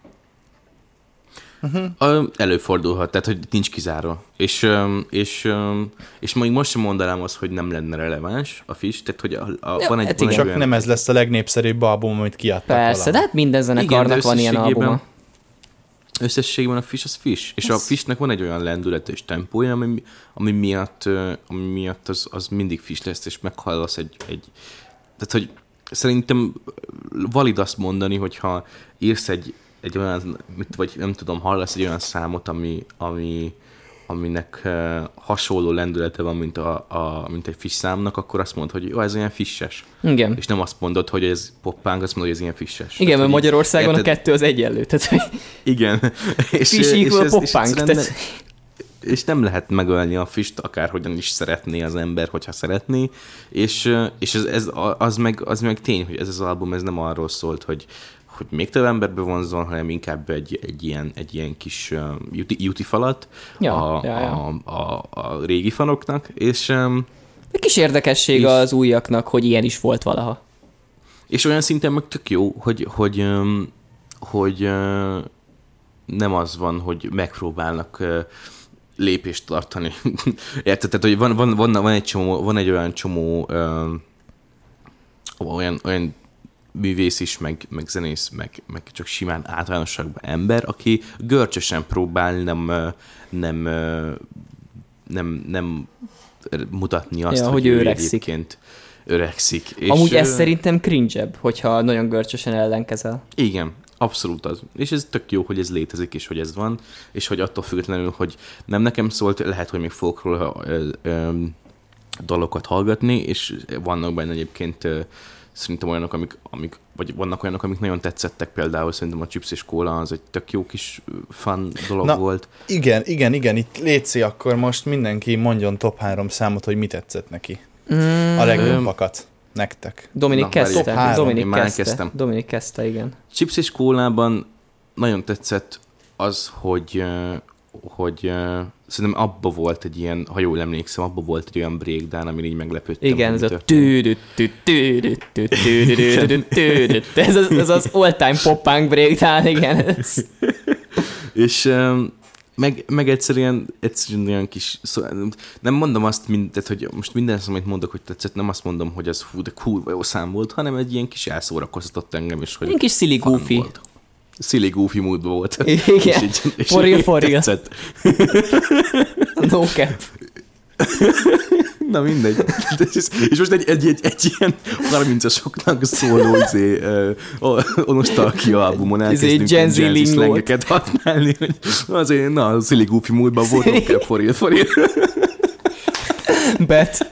Uh-huh. Előfordulhat, tehát hogy nincs kizárva. És, és, és még most sem mondanám azt, hogy nem lenne releváns a Fish, tehát hogy a, a, ja, van egy... Hát van csak olyan... nem ez lesz a legnépszerűbb album, amit kiadtak. Persze, de hát minden zenekarnak van ilyen albuma. Összességében a Fish az Fish, és ez... a Fishnek van egy olyan lendület és tempója, ami, ami miatt, ami miatt az, az mindig Fish lesz, és meghallasz egy, egy... Tehát, hogy szerintem valid azt mondani, hogyha írsz egy egy olyan, mit, vagy nem tudom, hallasz egy olyan számot, ami, ami, aminek uh, hasonló lendülete van, mint, a, a, mint egy fish számnak, akkor azt mondod, hogy jó, ez olyan fishes. Igen. És nem azt mondod, hogy ez poppánk, azt mondod, hogy ez ilyen fishes. Igen, mert Magyarországon érted? a kettő az egyenlő. Tehát, igen. és, fish equal poppánk. És, és, és nem lehet megölni a fist, akárhogyan is szeretné az ember, hogyha szeretné, és, és ez, ez, az, meg, az meg tény, hogy ez az album ez nem arról szólt, hogy, hogy még több emberbe vonzon, hanem inkább egy, egy, ilyen, egy ilyen kis uh, juti falat ja, a, ja, ja. A, a, a régi fanoknak, és... Um, egy kis érdekesség és, az újaknak, hogy ilyen is volt valaha. És olyan szinten meg tök jó, hogy, hogy, um, hogy uh, nem az van, hogy megpróbálnak uh, lépést tartani. Érted? Tehát, hogy van, van, van, van, egy, csomó, van egy olyan csomó uh, olyan, olyan művész is, meg, meg zenész, meg, meg csak simán általánosságban ember, aki görcsösen próbál nem, nem, nem, nem mutatni azt, ja, hogy, hogy ő öregszik. Egyébként öregszik. Amúgy és, ez uh, szerintem cringe-ebb, hogyha nagyon görcsösen ellenkezel. Igen, abszolút az. És ez tök jó, hogy ez létezik, és hogy ez van, és hogy attól függetlenül, hogy nem nekem szólt, lehet, hogy még fogok róla ö, ö, dalokat hallgatni, és vannak benne egyébként ö, szerintem olyanok, amik, amik, vagy vannak olyanok, amik nagyon tetszettek, például szerintem a Chips és Cola az egy tök jó kis fun dolog Na, volt. Igen, igen, igen, itt létszi, akkor most mindenki mondjon top három számot, hogy mi tetszett neki. Mm. A legjobbakat nektek. Dominik Na, kezdte. Dominik Én már kezdte. kezdtem. Dominik kezdte, igen. Chips és Colában nagyon tetszett az, hogy, hogy szerintem abba volt egy ilyen, ha jól emlékszem, abba volt egy olyan breakdown, amin így meglepődtem. Igen, ez a tűdüt, tűdüt, tűdüt, tűdüt, ez az, ez az all-time pop-punk breakdown, igen. És meg, meg egyszerűen, egyszerűen olyan kis, szó, nem mondom azt, mind, tehát, hogy most minden szó, amit mondok, hogy tetszett, nem azt mondom, hogy az fú, de kurva jó szám volt, hanem egy ilyen kis elszórakoztatott engem is, hogy egy kis silly goofy. Volt. Silly goofy moodban volt. Igen, és így, és for real, for real. Tetszett. No cap. Na mindegy. És most egy, egy, egy, egy ilyen harmincasoknak szóló izé, uh, nostalgia albumon elkezdünk Gen Z jazzy lingót slangeket használni, hogy azért, na, Silly Goofy múltban volt, no cap, for real, for real. Bet.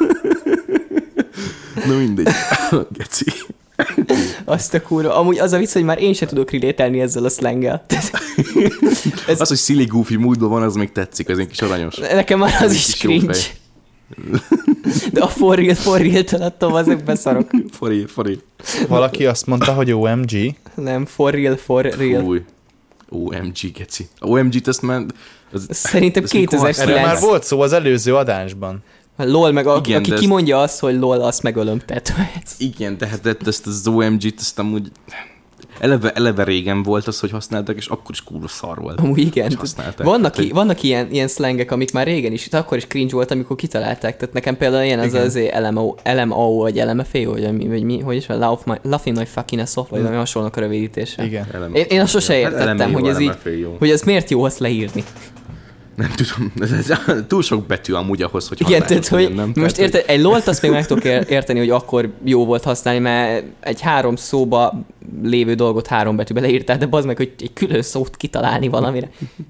Na mindegy. Geci. Azt a kurva. Amúgy az a vicc, hogy már én sem tudok relételni ezzel a slanggel. Ez... Az, hogy Silly Goofy moodban van, az még tetszik, az egy kis aranyos. Nekem már az is cringe. De a for real, for real-től attól azok beszarok. For real, for real. Valaki azt mondta, hogy o em gé. Nem, for real, for real. Fúj. o em gé, geci. o em gét azt már... Az, Szerintem az kétezer-kilenc. Erről már volt szó az előző adásban. LOL, meg a, igen, aki ez... kimondja azt, hogy LOL, azt megölöm. Tehát, igen, de hát ezt az o em gét azt amúgy... Eleve, eleve régen volt az, hogy használtak, és akkor is kurva szar volt. Amúgy igen. Vannak, tehát, vannak ilyen, ilyen slangek, amik már régen is, akkor is cringe volt, amikor kitalálták. Tehát nekem például ilyen az az el em o, el em o vagy el em ef o, vagy, mi, vagy mi, hogy is van, Laughing My Fucking Ass Off, vagy valami hasonlók a rövidítése. Igen. Én, én azt sose értettem, hogy ez így, hogy ez miért jó azt leírni. Nem tudom, ez, ez túl sok betű amúgy ahhoz, hogy igen, tehát, hogy nem, most tehát, érted, egy lolt azt még meg tudok érteni, hogy akkor jó volt használni, mert egy három szóba lévő dolgot három betűbe leírtál, de bazd meg, hogy egy külön szót kitalálni valamire.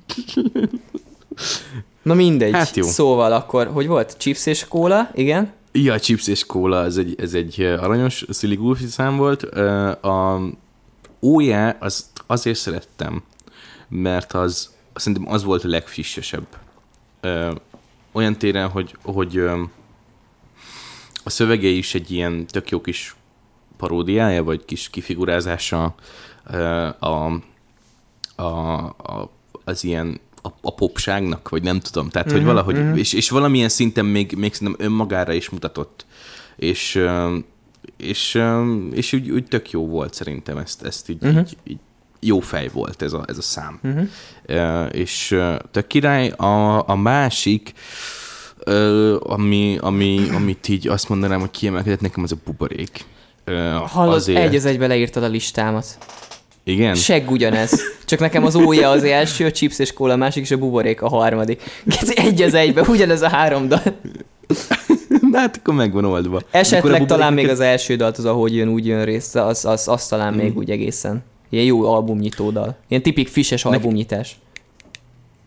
Na mindegy. Hát szóval akkor, hogy volt? Chips és Cola, igen? Ja, Chips és Cola, ez egy, ez egy aranyos Silly Goofy szám volt. A ó jé, az azért szerettem, mert az szerintem az volt a legfrissesebb. Ö, olyan téren, hogy, hogy ö, a szövege is egy ilyen tök jó kis paródiája, vagy kis kifigurázása ö, a, a, a, az ilyen a, a popságnak, vagy nem tudom. Tehát, mm-hmm, hogy valahogy, mm-hmm. és, és valamilyen szinten még, még szerintem önmagára is mutatott. És, ö, és, ö, és úgy, úgy tök jó volt szerintem ezt, ezt így, mm-hmm. így, így jó fej volt ez a, ez a szám. Uh-huh. Uh, és uh, tök király. A, a másik, uh, ami, ami, amit így azt mondanám, hogy kiemelkedett nekem, az a buborék. Uh, Hallod, azért... egy az egybe leírtad a listámat. Igen? Segg ugyanez. Csak nekem az ója az első, a Chips és Cola a másik, és a buborék a harmadik. Egy az egybe, ugyanez a három dal. Na hát akkor megvan oldva. Esetleg talán még az első dalt, az ahogy jön, úgy jön részt, az, az, az talán mm. még úgy egészen. Ilyen jó albumnyitó dal. Ilyen tipik fishes albumnyitás.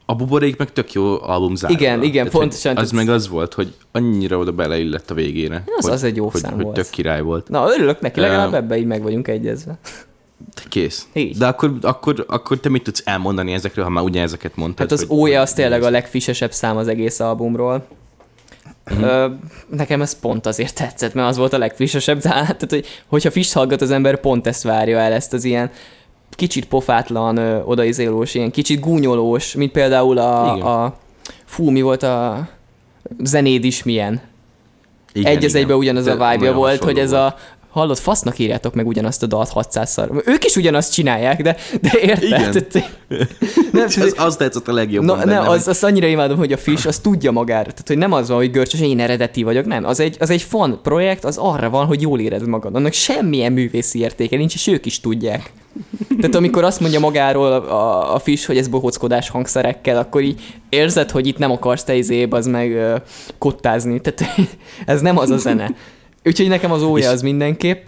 A Buborék meg tök jó albumzáró. Igen, igen, tehát, pontosan. Az meg az volt, hogy annyira oda beleillett a végére. Az, hogy, az egy jó hogy, szám hogy volt. tök király volt. Na, örülök neki, legalább Um, ebbe így meg vagyunk egyezve. Kész. Így. De akkor, akkor, akkor te mit tudsz elmondani ezekről, ha már ugyanezeket mondtad? Hát az Ója az tényleg a legfisesebb szám az egész albumról. Uh-huh. Ö, nekem ez pont azért tetszett, mert az volt a legfrissesebb, tehát hogy, hogyha fish hallgat az ember, pont ezt várja el, ezt az ilyen kicsit pofátlan, ö, odaizélós, ilyen kicsit gúnyolós, mint például a, a fú, mi volt a zenéd is milyen. Igen, Egy az egyben ugyanaz a vibe-ja volt, hogy ez volt. a hallott, fasznak írjátok meg ugyanazt a dalt hatszázszor. Ők is ugyanazt csinálják, de, de érted? Nem, az, az tetszett a legjobban. No, ne, az, azt annyira imádom, hogy a Fish az tudja magára. Tehát, hogy nem az van, hogy görcsös, én eredeti vagyok, nem. Az egy, az egy fun projekt, az arra van, hogy jól érezd magad. Annak semmilyen művészi értéke nincs, és ők is tudják. Tehát amikor azt mondja magáról a, a Fish, hogy ez bohóckodás hangszerekkel, akkor így érzed, hogy itt nem akarsz te izébb, az meg uh, kottázni. Tehát ez nem az a zene. Úgyhogy nekem az Ója az mindenképp.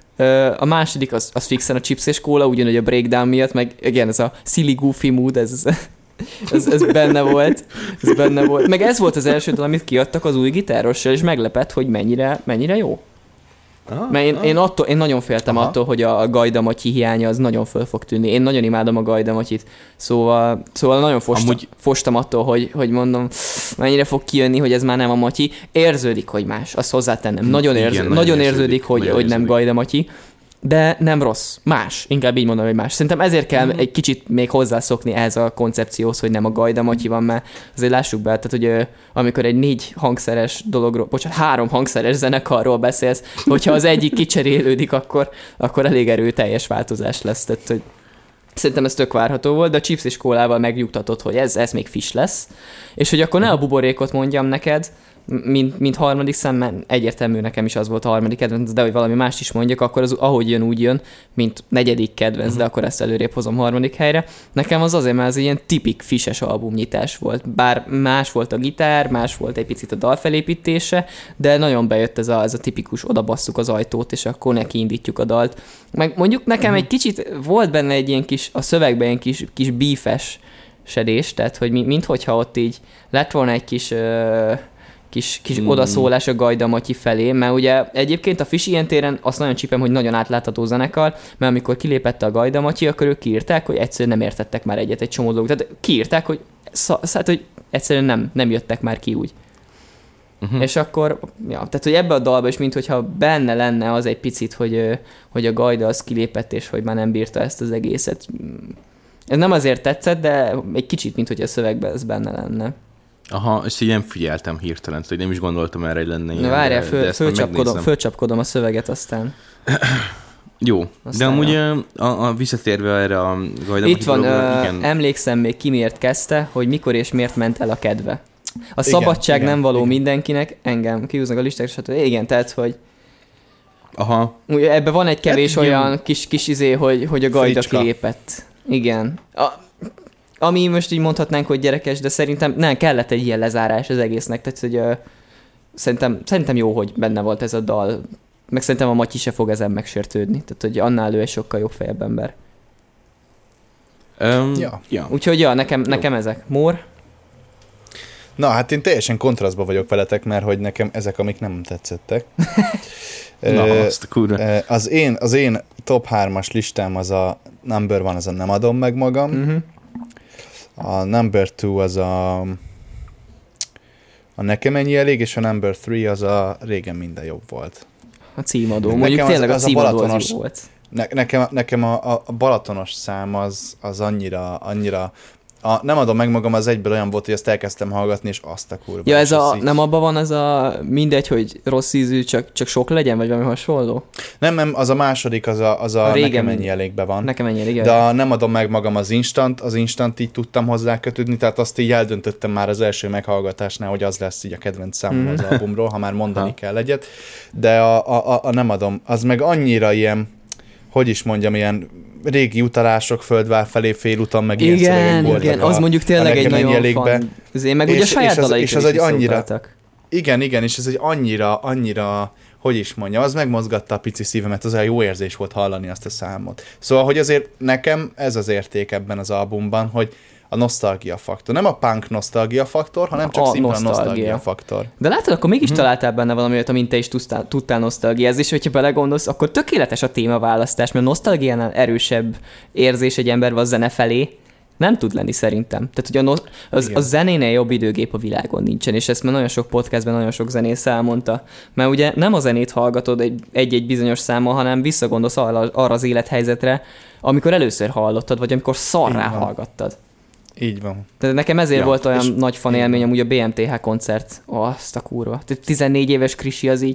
A második az, az fixen a Chips és Kóla, ugyanúgy a breakdown miatt, meg igen, ez a silly goofy mood, ez, ez, ez benne volt. Ez benne volt. Meg ez volt az első dal, amit kiadtak az új gitárossal, és meglepett, hogy mennyire, mennyire jó. Ah, Mert én, ah. én, attól, én nagyon féltem Aha. attól, hogy a Gajda Matyi hiánya az nagyon föl fog tűnni. Én nagyon imádom a Gajda Matyit, szóval, szóval nagyon fosta, Amúgy... fostam attól, hogy, hogy mondom, mennyire fog kijönni, hogy ez már nem a Matyi. Érződik, hogy más, azt hozzátennem. Nagyon, érző, Igen, nagyon, nagyon érződik, érződik hogy, nagyon hogy érződik. Nem Gajda Matyi. De nem rossz. Más. Inkább így mondom, hogy más. Szerintem ezért kell mm-hmm. egy kicsit még hozzászokni ehhez a koncepcióhoz, hogy nem a Gajda Matyi van, mert azért lássuk be, tehát hogy amikor egy négy hangszeres dologról, bocsánat, három hangszeres zenekarról beszélsz, hogyha az egyik kicserélődik, akkor, akkor elég erőteljes változás lesz. Tehát, hogy szerintem ez tök várható volt, de a Chips és Kólával megnyugtatott, hogy ez, ez még Fish lesz. És hogy akkor ne a Buborékot mondjam neked, mint, mint harmadik szem, egyértelmű nekem is az volt a harmadik kedvenc, de hogy valami mást is mondjak, akkor az ahogy jön, úgy jön, mint negyedik kedvenc, uh-huh. de akkor ezt előrébb hozom harmadik helyre. Nekem az azért, mert ez egy ilyen tipik Fishes albumnyitás volt. Bár más volt a gitár, más volt egy picit a dalfelépítése, de nagyon bejött ez a, ez a tipikus odabasszuk az ajtót, és akkor neki indítjuk a dalt. Meg mondjuk nekem uh-huh. egy kicsit volt benne egy ilyen kis, a szövegben egy kis, kis beefes sedés, tehát hogy minthogyha ott így lett volna egy kis... Uh, kis, kis mm. odaszólás a Gajda Matyi felé, mert ugye egyébként a Fish ilyen téren azt nagyon csípem, hogy nagyon átlátható zenekar, mert amikor kilépett a Gajda Matyi, akkor ők kiírták, hogy egyszerűen nem értettek már egyet egy csomó dolgot. Tehát kiírták, hogy, sz- hát, hogy egyszerűen nem, nem jöttek már ki úgy. Uh-huh. És akkor, ja, tehát hogy ebbe a dalba is, minthogyha benne lenne az egy picit, hogy, hogy a Gajda az kilépett, és hogy már nem bírta ezt az egészet. Ez nem azért tetszett, de egy kicsit, minthogy a szövegben ez benne lenne. Aha, és így nem figyeltem hirtelen, hogy nem is gondoltam erre, hogy lenne ilyen. Na várjál, föl, fölcsapkodom, fölcsapkodom a szöveget aztán. Jó, aztán de amúgy a, a visszatérve erre a Gajda Itt van, uh, igen. Emlékszem még ki miért kezdte, hogy mikor és miért ment el a kedve. A igen, szabadság igen, nem való igen. mindenkinek, engem kiúznak a listák, stb. Igen, tehát, hogy aha. Ebben van egy kevés hát, olyan kis, kis izé, hogy, hogy a Gajda kilépett. Igen. A, ami most így mondhatnánk, hogy gyerekes, de szerintem nem kellett egy ilyen lezárás az egésznek, tehát hogy uh, szerintem, szerintem jó, hogy benne volt ez a dal, meg szerintem a Matyi se fog ezen megsértődni, tehát hogy annál ő egy sokkal jobb fejebb ember. Um, ja. ja. Úgyhogy ja, nekem, nekem ezek. Mór? Na, hát én teljesen kontrasztban vagyok veletek, mert hogy nekem ezek, amik nem tetszettek. Na, azt a kurva. Az én, az én top hármas listám az a number one, az a nem adom meg magam. Uh-huh. A number two az a, a nekem ennyi elég, és a number three az a régen minden jobb volt. A címadó. Mondjuk tényleg az, a címadó az, az jó volt. Ne, nekem nekem a, a balatonos szám az, az annyira, annyira a, nem adom meg magam, az egyből olyan volt, hogy ezt elkezdtem hallgatni, és azt a kurva. Ja, ez a, nem abban van az a mindegy, hogy rossz ízű, csak, csak sok legyen, vagy valami hasonló? Nem, nem, az a második, az a, az a, a régen, nekem ennyi elégben van. Nekem ennyi elég. De a nem adom meg magam az instant, az instant így tudtam hozzá kötődni, tehát azt így eldöntöttem már az első meghallgatásnál, hogy az lesz így a kedvenc számom mm. az albumról, ha már mondani kell egyet. De a, a, a nem adom, az meg annyira ilyen, hogy is mondjam, ilyen régi utalások Földvár felé félúton, meg ilyen igen, igen, igen, az a, mondjuk tényleg egy nagyon fan. Én meg és, ugye saját dalaik és az egy annyira, igen, igen, és ez egy annyira, annyira, hogy is mondja, az megmozgatta a pici szívemet, az olyan jó érzés volt hallani azt a számot. Szóval, hogy azért nekem ez az érték ebben az albumban, hogy a nosztalgia faktor. Nem a punk nosztalgia faktor, hanem csak A szimplán a nosztalgia. nosztalgia faktor. De látod, akkor mégis hmm. találtál benne valami olyat, amint te is tudtál, tudtál nosztalgiázni, és hogyha belegondolsz, akkor tökéletes a témaválasztás, mert a nosztalgiánál erősebb érzés egy emberben a zene felé nem tud lenni szerintem. Tehát, hogy a, no- az, a zenénél jobb időgép a világon nincsen, és ezt már nagyon sok podcastben nagyon sok zenész elmondta. Mert ugye nem a zenét hallgatod egy- egy-egy bizonyos számmal, hanem visszagondolsz arra, arra az élethelyzetre, amikor először hallottad, vagy amikor szarrá Így van. hallgattad. Így van. Tehát nekem ezért Ja, volt olyan és- nagy fan élmény amúgy a bé em té há koncert. Ó, azt a kurva. Tehát tizennégy éves Krisi az így...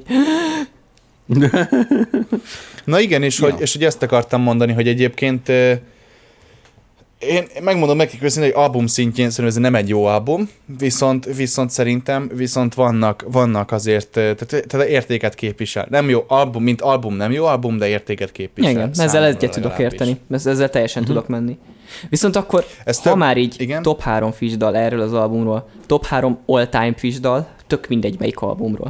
Na igen, és, Ja. hogy, és hogy ezt akartam mondani, hogy egyébként ö, én megmondom nekik őszintén, hogy album szintjén szerintem ez nem egy jó album, viszont, viszont szerintem viszont vannak, vannak azért, ö, tehát, tehát értéket képvisel. Nem jó album, mint album nem jó album, de értéket képvisel. Igen, ezzel számomra egyet tudok legalábbis. érteni. Ezzel, ezzel teljesen uh-huh. tudok menni. Viszont akkor, Ez ha több- már így igen? top három fisdal erről az albumról, top három all-time fisdal, tök mindegy melyik albumról.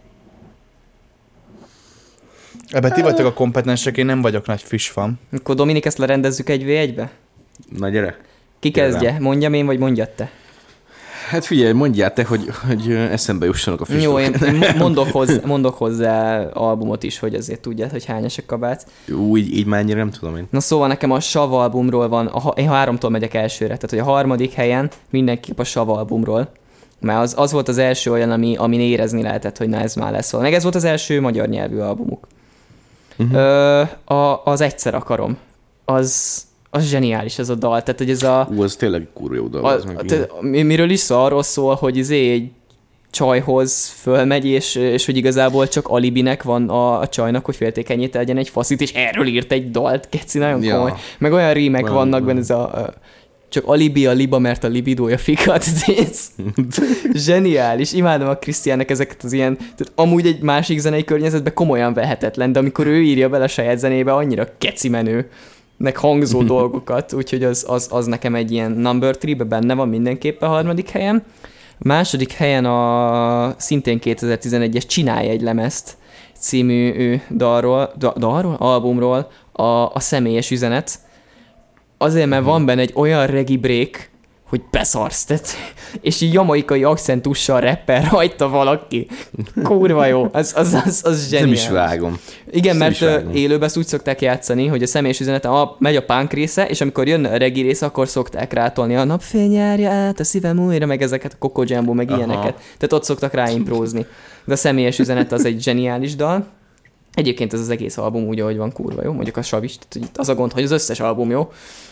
Ebben ti vagytok a kompetensek, én nem vagyok nagy Fish fan. Akkor Dominik, ezt lerendezzük egy vé egybe? Na gyere. Ki Gyere kezdje? Mondjam én, vagy mondjad te? Hát figyelj, mondjál te, hogy, hogy eszembe jussanak a füstok. Jó, én én mondok hozzá, mondok hozzá albumot is, hogy azért tudjad, hogy hányas a kabát. Úgy, így már ennyire nem tudom én. Na szóval nekem a Sav albumról van, a, én háromtól megyek elsőre, tehát hogy a harmadik helyen mindenképp a Sav albumról. Mert az, az volt az első olyan, ami, amin érezni lehetett, hogy na ez már lesz valami. Meg ez volt az első magyar nyelvű albumuk. Uh-huh. Ö, a, az Egyszer akarom. Az, az zseniális ez a dal. Tehát, hogy ez a... Ú, az tényleg kurva jó dal. a, Az meg a te, miről is szól, arról szól, hogy izé egy csajhoz fölmegy, és, és hogy igazából csak alibinek van a, a csajnak, hogy féltékenyé tegyen egy faszit, és erről írt egy dalt, keci, nagyon Ja. komoly. Meg olyan rímek Van, vannak van. benne, ez a, a csak alibi a liba, mert a libidója fikat. Ez zseniális. Imádom a Krisztiánnak ezeket az ilyen, tehát amúgy egy másik zenei környezetben komolyan vehetetlen, de amikor ő írja bele a saját zenébe, annyira keci menő, nek hangzó dolgokat, úgyhogy az, az, az nekem egy ilyen number three-be benne van mindenképpen a harmadik helyen. A második helyen a szintén kétezer-tizenegyes Csinálj egy lemezt című ő, dalról, da, dalról, albumról a, a Személyes üzenet. Azért, mert van benne egy olyan reggae break, hogy beszarsz, tehát, és így jamaikai akcentussal rappel rajta valaki. Kurva jó, az, az, az, az nem zseniális. is vágom. Igen, Ezt nem is mert ö, vágom. élőben ezt úgy szokták játszani, hogy a személyes üzenete a, megy a punk része, és amikor jön a reggae része, akkor szokták rátolni a napfény járja át, a szívem újra, meg ezeket a Coco Jumbo, meg Aha. ilyeneket. Tehát ott szoktak ráimprózni. De a személyes üzenet az egy zseniális dal. Egyébként ez az egész album úgy, ahogy van, kurva jó. Mondjuk a Sav is, tehát hogy itt az a gond, hogy az összes album jó.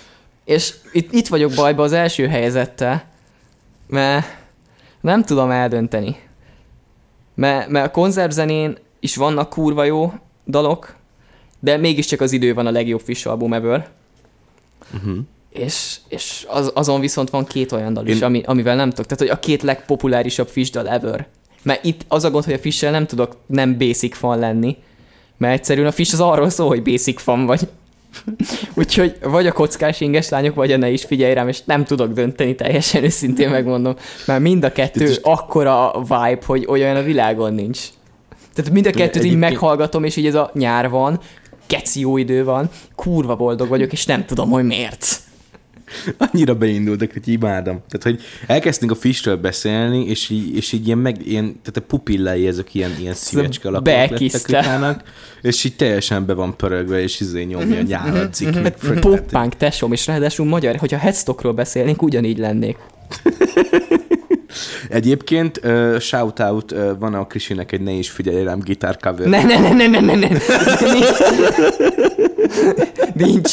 És itt, itt vagyok bajba az első helyezettel, mert nem tudom eldönteni. Mert, mert a konzervzenén is vannak kurva jó dalok, de mégiscsak az idő van a legjobb Fish album ever. Uh-huh. És, és az, azon viszont van két olyan dal is, Én- ami, amivel nem tudok. Tehát, hogy a két legpopulárisabb Fish dal ever. Mert itt az a gond, hogy a Fish-sel nem tudok nem basic fan lenni. Mert egyszerűen a Fish az arról szól, hogy basic fan vagy. Úgyhogy vagy a kockás inges lányok, vagy a ne is figyelj rám, és nem tudok dönteni, teljesen őszintén megmondom. Mert mind a kettő Itt is- akkora vibe, hogy olyan a világon nincs. Tehát mind a kettőt így egyébként- meghallgatom, és így ez a nyár van, keci jó idő van, kurva boldog vagyok, és nem tudom, hogy miért. Annyira beindultak, hogy imádom. Tehát, hogy elkezdtünk a Fishről beszélni, és így, és így ilyen, meg, ilyen tehát a pupillái ezek ilyen, ilyen szívecske alakok bekiszte. lettek Rikának, és így teljesen be van pörögve, és izé nyomja, nyáladzik. meg fröccent. Poppánk tesóm, és ráadásul magyar, hogyha headstockról beszélnénk, ugyanígy lennék. Egyébként uh, shout-out uh, van a Krisinek egy Ne is figyelj rám gitár cover. Ne, ne, ne, ne, ne, ne, ne. Nincs.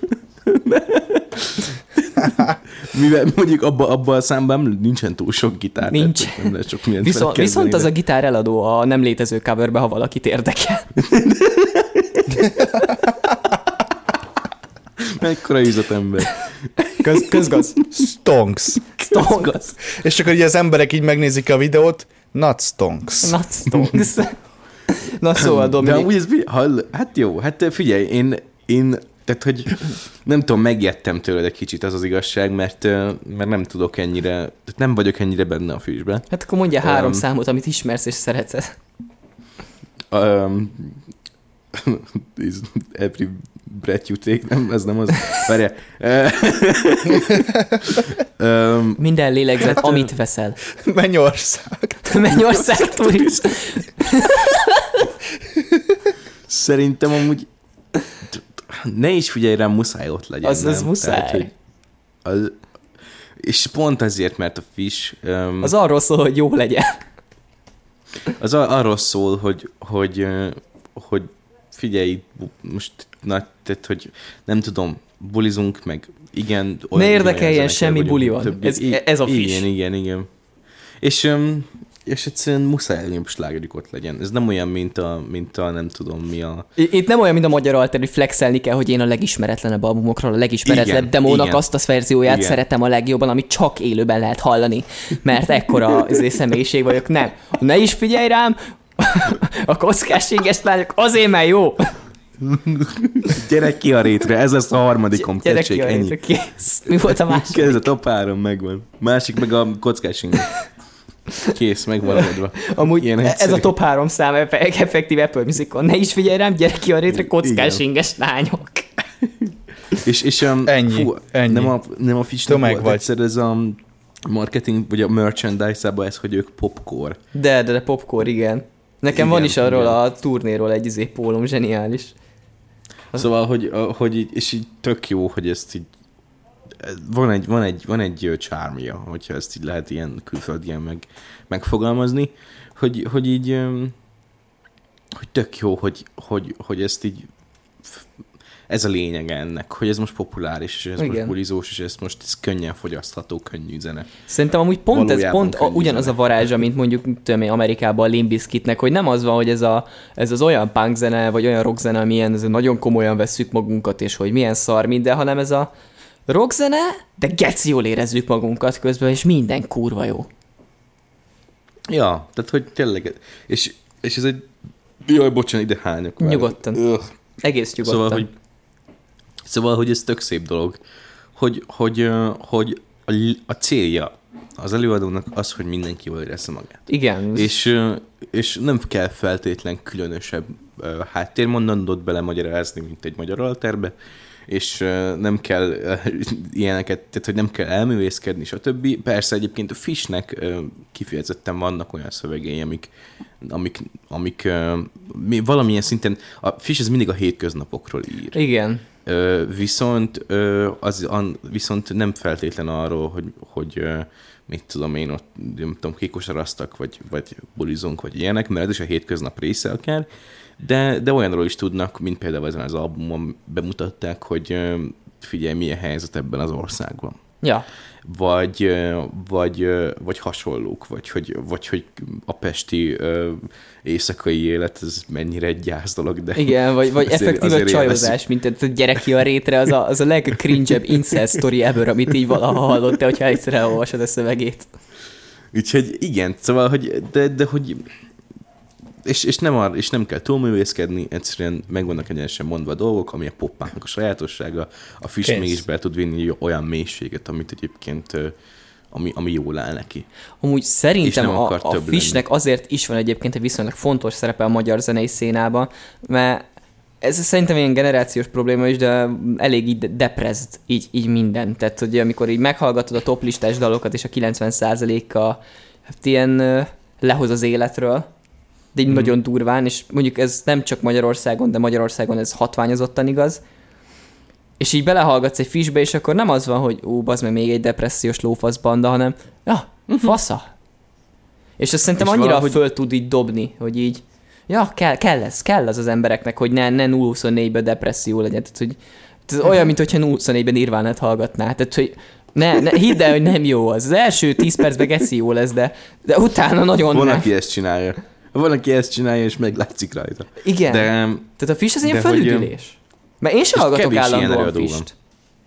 Mivel mondjuk abban abba a számban nincsen túl sok gitár. Nincs. Tehát nem lehet sok mindent Viszont, felkezdeni, viszont az de- a gitár eladó a nem létező coverbe, ha valakit érdekel. Mekkora üzletember. Köz, közgaz. Stonks. Stonks. És akkor ugye az emberek így megnézik a videót, not stonks. Not stonks. Na szóval, De Dominik. amúgy ez, mi- hall, hát jó, hát figyelj, én, én tehát, hogy nem tudom, megjettem tőled egy kicsit, az az igazság, mert, ö, mert nem tudok ennyire, tehát nem vagyok ennyire benne a Fishbe. Hát akkor mondja három Um, számot, amit ismersz és szeretsz. Um, is every Bretyuték, nem, ez nem az. Várjál. Minden lélegzet, amit veszel. Mennyország. Mennyország turista. Szerintem amúgy ne is figyelj rám, muszáj ott legyen. Az, az nem? muszáj. Tehát, hogy az, és pont azért, mert a fish... Um, az arról szól, hogy jó legyen. Az ar- arról szól, hogy, hogy, hogy figyelj, most, na, tehát, hogy nem tudom, bulizunk, meg igen... Ne érdekeljen, semmi buli van. Több, ez, ez a fish. Igen, igen, igen. És... Um, és egyszerűen muszáj, hogy slágerük ott legyen. Ez nem olyan, mint a, mint a nem tudom mi a... Itt nem olyan, mint a magyar alter, hogy flexelni kell, hogy én a legismeretlenebb albumokról, a legismeretlenebb demónak igen. azt a verzióját igen. szeretem a legjobban, amit csak élőben lehet hallani. Mert ekkora személyiség vagyok. Nem. Ne is figyelj rám, a kockás inges lányok azért, mert jó. Gyere ki a rétre, ez lesz a harmadikom. Gyere ki a rétre, kész. Mi volt a másik? Ez a top három megvan. Másik meg a kockás inges. Kész, megvalamodva. Amúgy ez a top három szám effektív Apple Musicon. Ne is figyelj rám, gyere ki a rétre, kockás inges lányok. és, és um, ennyi, fú, ennyi. Nem a, nem a Fishnek volt vagy. Egyszer ez a marketing, vagy a merchandise-ában ez, hogy ők popcore. De, de, de popcore, igen. Nekem igen, van is arról igen. a turnéról egy izé pólom, zseniális. Az... Szóval, hogy, hogy így, és így tök jó, hogy ezt így van egy, van egy, van egy csármja, hogyha ezt így lehet ilyen külföldien meg, megfogalmazni, hogy, hogy így hogy tök jó, hogy, hogy, hogy ezt így ez a lényeg ennek, hogy ez most populáris, és ez igen. most bulizós, és ez most ez könnyen fogyasztható, könnyű zene. Szerintem amúgy pont valójában ez pont a, ugyanaz zene. A varázsa, mint mondjuk tudom én, Amerikában a Limp Bizkitnek, hogy nem az van, hogy ez, a, ez az olyan punk zene, vagy olyan rock zene, amilyen nagyon komolyan vesszük magunkat, és hogy milyen szar minden, hanem ez a rockzene, de geci jól érezzük magunkat közben, és minden kurva jó. Ja, tehát hogy tényleg, és, és ez egy, jaj, bocsánat, ide hányok. Nyugodtan. Öh. Egész nyugodtan. Szóval, hogy, szóval, hogy ez tök szép dolog, hogy, hogy, hogy a, a célja az előadónak az, hogy mindenki jól érezze magát. Igen. És, és nem kell feltétlen különösebb háttérmondatot belemagyarázni, mint egy magyar alterbe, és uh, nem kell uh, ilyeneket, tehát hogy nem kell elművészkedni, stb. Persze egyébként a Fishnek uh, kifejezetten vannak olyan szövegei, amik, amik, amik uh, mi, valamilyen szinten, a Fish ez mindig a hétköznapokról ír. Igen. Uh, viszont, uh, az, an, viszont nem feltétlen arról, hogy, hogy uh, mit tudom én ott, nem tudom, kikosaraztak, vagy, vagy bulizunk, vagy ilyenek, mert ez is a hétköznap része akár, De, de olyanról is tudnak, mint például ezen az albumon bemutatták, hogy figyelj, milyen helyzet ebben az országban. Ja. Vagy, vagy, vagy hasonlók, vagy hogy, vagy hogy a pesti éjszakai élet, ez mennyire egy gyász dolog, de... Igen, vagy, vagy effektív a csajozás, mint a gyerek ki a rétre, az a, az a legcringe-ebb incel story ever, amit így valaha hallottál, hogyha egyszer elolvasod a szövegét. Úgyhogy igen, szóval, hogy, de, de hogy... És, és, nem ar, és nem kell túlművészkedni, egyszerűen meg vannak egyenesen mondva a dolgok, ami a poppának a sajátossága, a Fish Kész. Mégis be tud vinni olyan mélységet, amit egyébként, ami, ami jól áll neki. Amúgy szerintem a, a Fishnek azért is van egyébként egy viszonylag fontos szerepe a magyar zenei szénában, mert ez szerintem ilyen generációs probléma is, de elég így depressed, így, így minden. Tehát, hogy amikor így meghallgatod a toplistás dalokat, és a kilencven százaléka hát ilyen lehoz az életről, de így hmm. nagyon durván, és mondjuk ez nem csak Magyarországon, de Magyarországon ez hatványozottan igaz. És így belehallgatsz egy Fishbe, és akkor nem az van, hogy ú, bazd meg még egy depressziós lófasz banda, hanem ja, fasza. És azt szerintem és annyira valahogy... föl tud így dobni, hogy így ja, kell, kell ez, kell az az embereknek, hogy ne, ne nulla huszonnégyben depresszió legyen. Tehát, hogy, tehát olyan, mint hogyha nulla huszonnégyben Nirvánát hallgatná. Tehát, hogy ne, ne, hidd el, hogy nem jó az. Az első tíz percben geci jó lesz, de, de utána nagyon Van, nem. aki ezt csinálja. Van, aki ezt csinálja, és meglátszik rajta. Igen. De, tehát a Fish az ilyen felüdülés. Mert én sem hallgatok állandóan Fisht.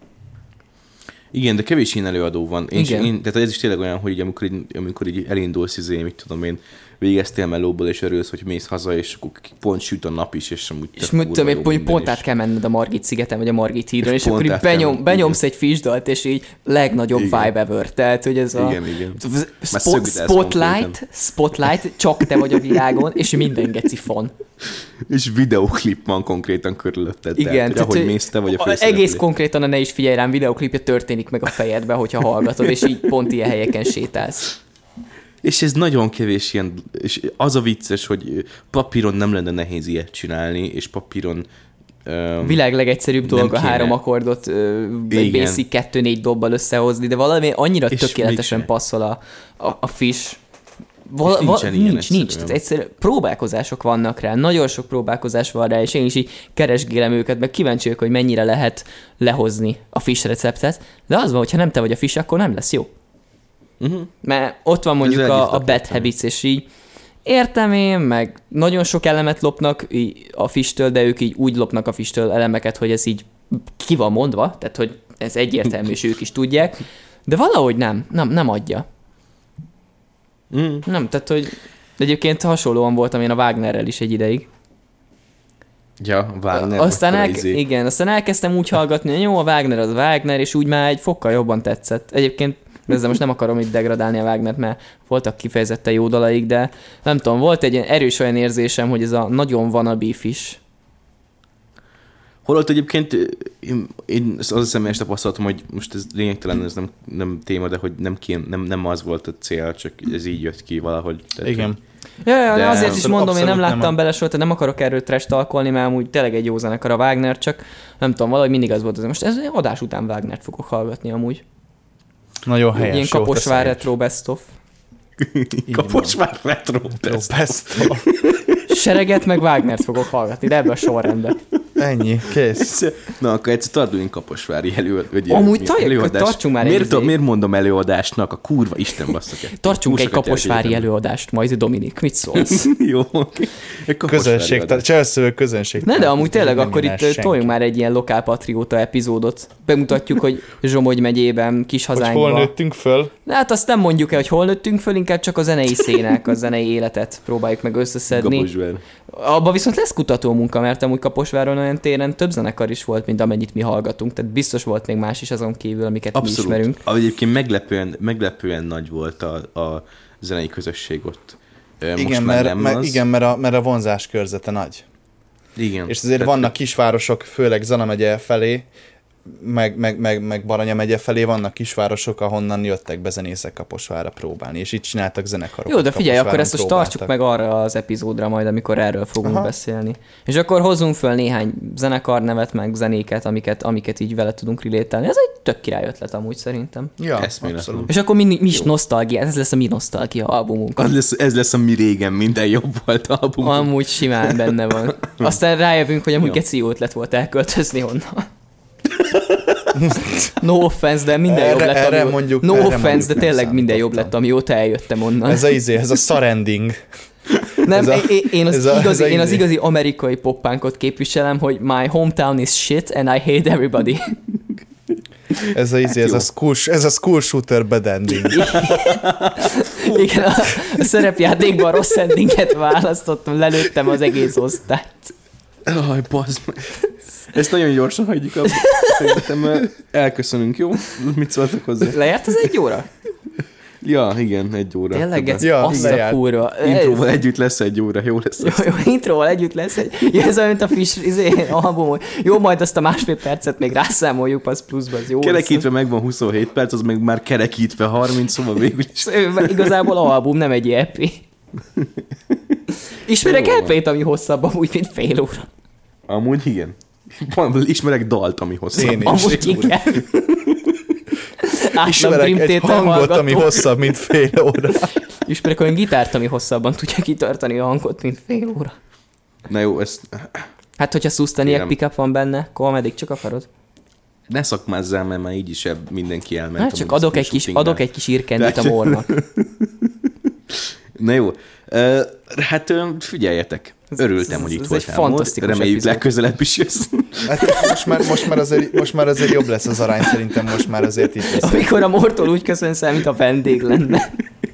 Igen, de kevés ilyen előadó van. Én Igen. Én, tehát ez is tényleg olyan, hogy amikor így, amikor így elindulsz, izé, mit tudom én, végeztél melóból, és örülsz, hogy mész haza, és akkor pont süt a nap is, és amúgy és mit tudom, hogy pont át kell menned a Margit szigeten, vagy a Margit hídon, és, és akkor így benyom, benyomsz egy Fish dalt, és így legnagyobb igen. vibe ever. Tehát, hogy ez a igen, igen. Spot, spotlight, spotlight, csak te vagy a világon, és minden geci fan. És videóklip van konkrétan körülötted. Igen. Tehát, Tehát, ahogy mész te vagy a főszereplő. egész konkrétan a Ne is figyelj rám videóklipje történik meg a fejedbe, hogyha hallgatod, és így pont ilyen helyeken sétálsz. És ez nagyon kevés ilyen, és az a vicces, hogy papíron nem lenne nehéz ilyet csinálni, és papíron... Um, Világ legegyszerűbb dolga kéne. három akkordot uh, egy basic kettő-négy dobbal összehozni, de valami annyira És tökéletesen mégse. passzol a, a, a fish. Val- És nincsen val- ilyen nincs, nincs. egyszerűen. Tehát egyszerűen próbálkozások vannak rá, nagyon sok próbálkozás van rá, és én is így keresgélem őket, meg kíváncsi vagyok, hogy mennyire lehet lehozni a fish receptet, de az van, hogyha nem te vagy a fish, akkor nem lesz jó. uh-huh. Mert ott van mondjuk Ez a, a elhívtak bad értem. habits, és így értem én, meg nagyon sok elemet lopnak így a fishtől, de ők így úgy lopnak a fishtől elemeket, hogy ez így ki van mondva, tehát hogy ez egyértelmű, és ők is tudják, de valahogy nem, nem, nem adja. Mm. Nem, tehát hogy egyébként hasonlóan voltam én a Wagnerrel is egy ideig. Ja, Wagner. Aztán, el, izé. igen, aztán elkezdtem úgy hallgatni, hogy jó, a Wagner az Wagner, és úgy már egy fokkal jobban tetszett. Egyébként ezzel most nem akarom itt degradálni a Wagnert, mert voltak kifejezetten jó dalaik, de nem tudom, volt egy ilyen erős olyan érzésem, hogy ez a nagyon wannabe fish. Holott egyébként én, én az a személyes tapasztalatom, hogy most ez lényegtelen, ez nem, nem téma, de hogy nem, kém, nem, nem az volt a cél, csak ez így jött ki valahogy. Tehát, Igen. Ja, ja, De azért is abszolút- mondom, én nem abszolút láttam nem a- bele soha, tehát nem akarok erről trash talkolni, mert amúgy tényleg egy jó zenekar a Wagner, csak nem tudom, valahogy mindig az volt az. Most ez adás után Wagnert fogok hallgatni amúgy. Nagyon helyes. Ilyen jó Kaposvár teszed. retro best of. Kaposvár retro. Jó, best. best. Sereget meg Wagnert fogok hallgatni, de ebbe a sorrendben. Ennyi, kész. Na, akkor egyszer tartunk kaposvári elő, vagy Amúgy mi- taj- előadást. tartsunk már egy miért, izé- miért mondom előadásnak? A kurva Isten basszak el. Tartsunk egy Túl sokat kaposvári eltétem. előadást, majd Dominik, mit szólsz? Jó, oké. Egy kaposvári Közönség, adás. cselszövő közönség. Ne, de amúgy tényleg Nem akkor minden itt senki. toljunk már egy ilyen lokálpatrióta epizódot. Bemutatjuk, hogy Zsomogy megyében, kis Hogy hol hazánkban. nőttünk föl? De hát azt nem mondjuk el, hogy hol nőttünk föl, inkább csak a zenei szénák, a zenei életet próbáljuk meg összeszedni. Kaposvár. Abba viszont lesz kutató munka, mert amúgy Kaposváron olyan téren több zenekar is volt, mint amennyit mi hallgatunk, tehát biztos volt még más is azon kívül, amiket Abszolút. mi ismerünk. Ah, Egyébként meglepően, meglepően nagy volt a, a zenei közösség ott. Ö, Most Igen, már mert, nem mert, az. igen mert, a, mert a vonzás körzete nagy. Igen. És azért Tehát- vannak kisvárosok, főleg Zala megye felé, meg, meg, meg, meg Baranya megye felé vannak kisvárosok, ahonnan jöttek be zenészek Kaposvárra próbálni, és itt csináltak zenekarokat. Jó, de figyelj, akkor Kaposváron ezt most próbáltak. tartsuk meg arra az epizódra majd, amikor erről fogunk Aha. beszélni. És akkor hozzunk föl néhány zenekarnevet, meg zenéket, amiket, amiket így vele tudunk relételni. Ez egy tök király ötlet amúgy szerintem. Ja, Eszméletlen. abszolút. És akkor mi, mi is nosztalgia, ez lesz a mi nosztalgia albumunk. Az lesz, ez lesz a mi régen minden jobb volt album. Amúgy simán benne van. Aztán rájövünk, hogy amúgy Jó. geci jó ötlet volt elköltözni onnan. No offense, de minden Erre- jobb lett, erre ami... mondjuk- no erre offense, mondjuk de nem tényleg minden jobb számítottam. lett, amióta eljöttem onnan. Ez a izé, ez a surrending. Nem, ez a- én, én, az ez a- igazi, ez a én az izé. igazi amerikai poppánkot képviselem, hogy my hometown is shit and I hate everybody. Ez a izé, ez a school, ez a school shooter bad ending. Igen, a, a szerepjátékban rossz endinget választottam, lelőttem az egész osztályt. Aj, bazd meg. Ezt nagyon gyorsan hagyjuk abba. Szerintem ö, elköszönünk, jó? Mit szóltak hozzá? Lejárt az egy óra? Ja, igen, egy óra. Tényleg, Többen. ez Ja, azt a lejárt. kurva. Intróval együtt lesz egy óra, jó lesz. Jó, jó, intróval együtt lesz egy... Ja, ez olyan, mint a Fish izé, album, hogy jó, majd azt a másfél percet még rászámoljuk, az pluszban, az jó. Kerekítve megvan huszonhét perc, az meg már kerekítve harminc, szóval végül is. lesz. Igazából album, nem egy é pé. Ismerek Jó é van. pét, ami hosszabb amúgy, mint fél óra. Amúgy igen. Van, ismerek dalt, ami hosszabb. Én is. Amúgy igen. Átlag Ismerek egy Dream hangot, Theater ami hallgató. hosszabb, mint fél óra. Ismerek olyan gitárt, ami hosszabban tudja kitartani a hangot, mint fél óra. Na jó, ezt Hát, hogyha Sustainiac Kérem. pickup van benne, akkor meddig csak akarod? ne szakmázzál, mert már így is ebb mindenki elment. Hát csak amúgy adok egy, kis, shootingnál. adok egy kis irkendőt a De- mornak. Na jó. Uh, hát ö, figyeljetek. Ez- Örültem, ez- hogy itt ez voltál. egy fantasztikus Reméljük epizód. legközelebb is jössz. Hát most már, most, már azért, most már azért jobb lesz az arány, szerintem most már azért itt lesz. Amikor a mortól úgy köszönsz el, mint a vendég lenne.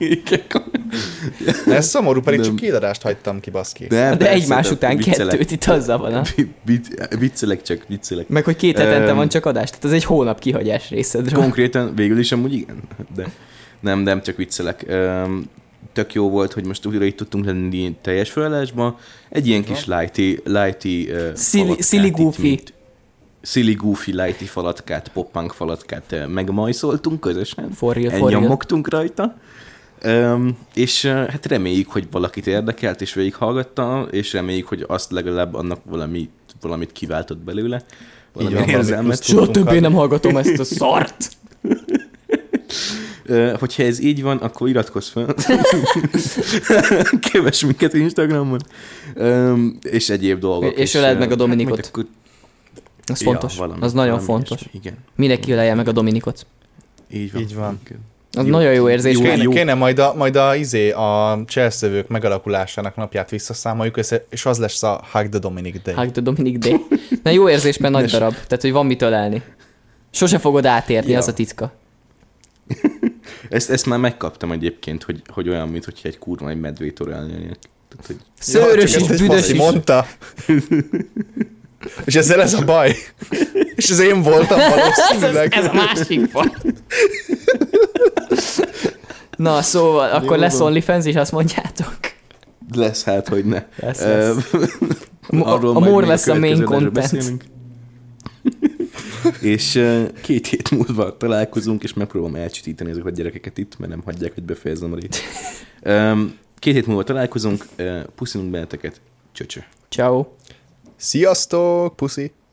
Ez szomorú, pedig De- csak két adást hagytam ki, baszki. De persze, egymás de után viccelek. kettőt, itt azzal van. a- Vic- Viccelek csak, viccelek. Meg hogy két hetente Öm. van csak adás, tehát ez egy hónap kihagyás részedről. Konkrétan végül is amúgy igen, de nem, nem, csak viccelek. Öm, tök jó volt, hogy most újra itt tudtunk lenni teljes felállásban. Egy ilyen kis lighty, lighty uh, Silly, silly goofy. Silly goofy lighty falatkát, pop-punk falatkát uh, megmajszoltunk közösen. For real, for real. Elnyomogtunk rajta. Um, és uh, hát reméljük, hogy valakit érdekelt, és végighallgatta, és reméljük, hogy azt legalább annak valami, valamit kiváltott belőle. Valami van, érzelmet. Soha többé nem hallgatom ezt a szart! Uh, hogyha ez így van, akkor iratkozz fel. Kövess minket Instagramon. Um, és egyéb dolgok. És öleld meg a Dominikot. Hát akkor... Az fontos. Ja, valami, az nagyon valami fontos. Ilyesmi. Igen. Mindenki ölelje meg a Dominikot. Így van. Így van. Az Jó. nagyon jó érzés. Jó, Kéne, jó. kéne majd a, majd a, izé, a cselszövők megalakulásának napját visszaszámoljuk össze, és az lesz a Hug the Dominic Day. Hug the Dominic Day. Na jó érzés, mert nagy darab. Tehát, hogy van mit ölelni. Sose fogod átérni, Ja. az a titka. Ezt, ezt már megkaptam egyébként, hogy, hogy olyan, mint hogyha egy kurva egy medvét ölelnének. Tehát, hogy Szőrös Ja, is, csak ezt egy büdös faszi is. mondta. És ezzel ez a baj. És ez én voltam ez, valószínűleg. ez a másik faj. Na, szóval, akkor Jó lesz van. OnlyFans is, azt mondjátok. lesz hát, hogy ne. Lesz, lesz. Ö, A, arról a majd mór még lesz a main következő adásban content. beszélünk. És uh, két hét múlva találkozunk, és megpróbálom elcsitítani ezeket a gyerekeket itt, mert nem hagyják, hogy befejezzem a rét. Um, két hét múlva találkozunk, uh, puszilunk benneteket, csöcsö. Ciao. Sziasztok, puszi!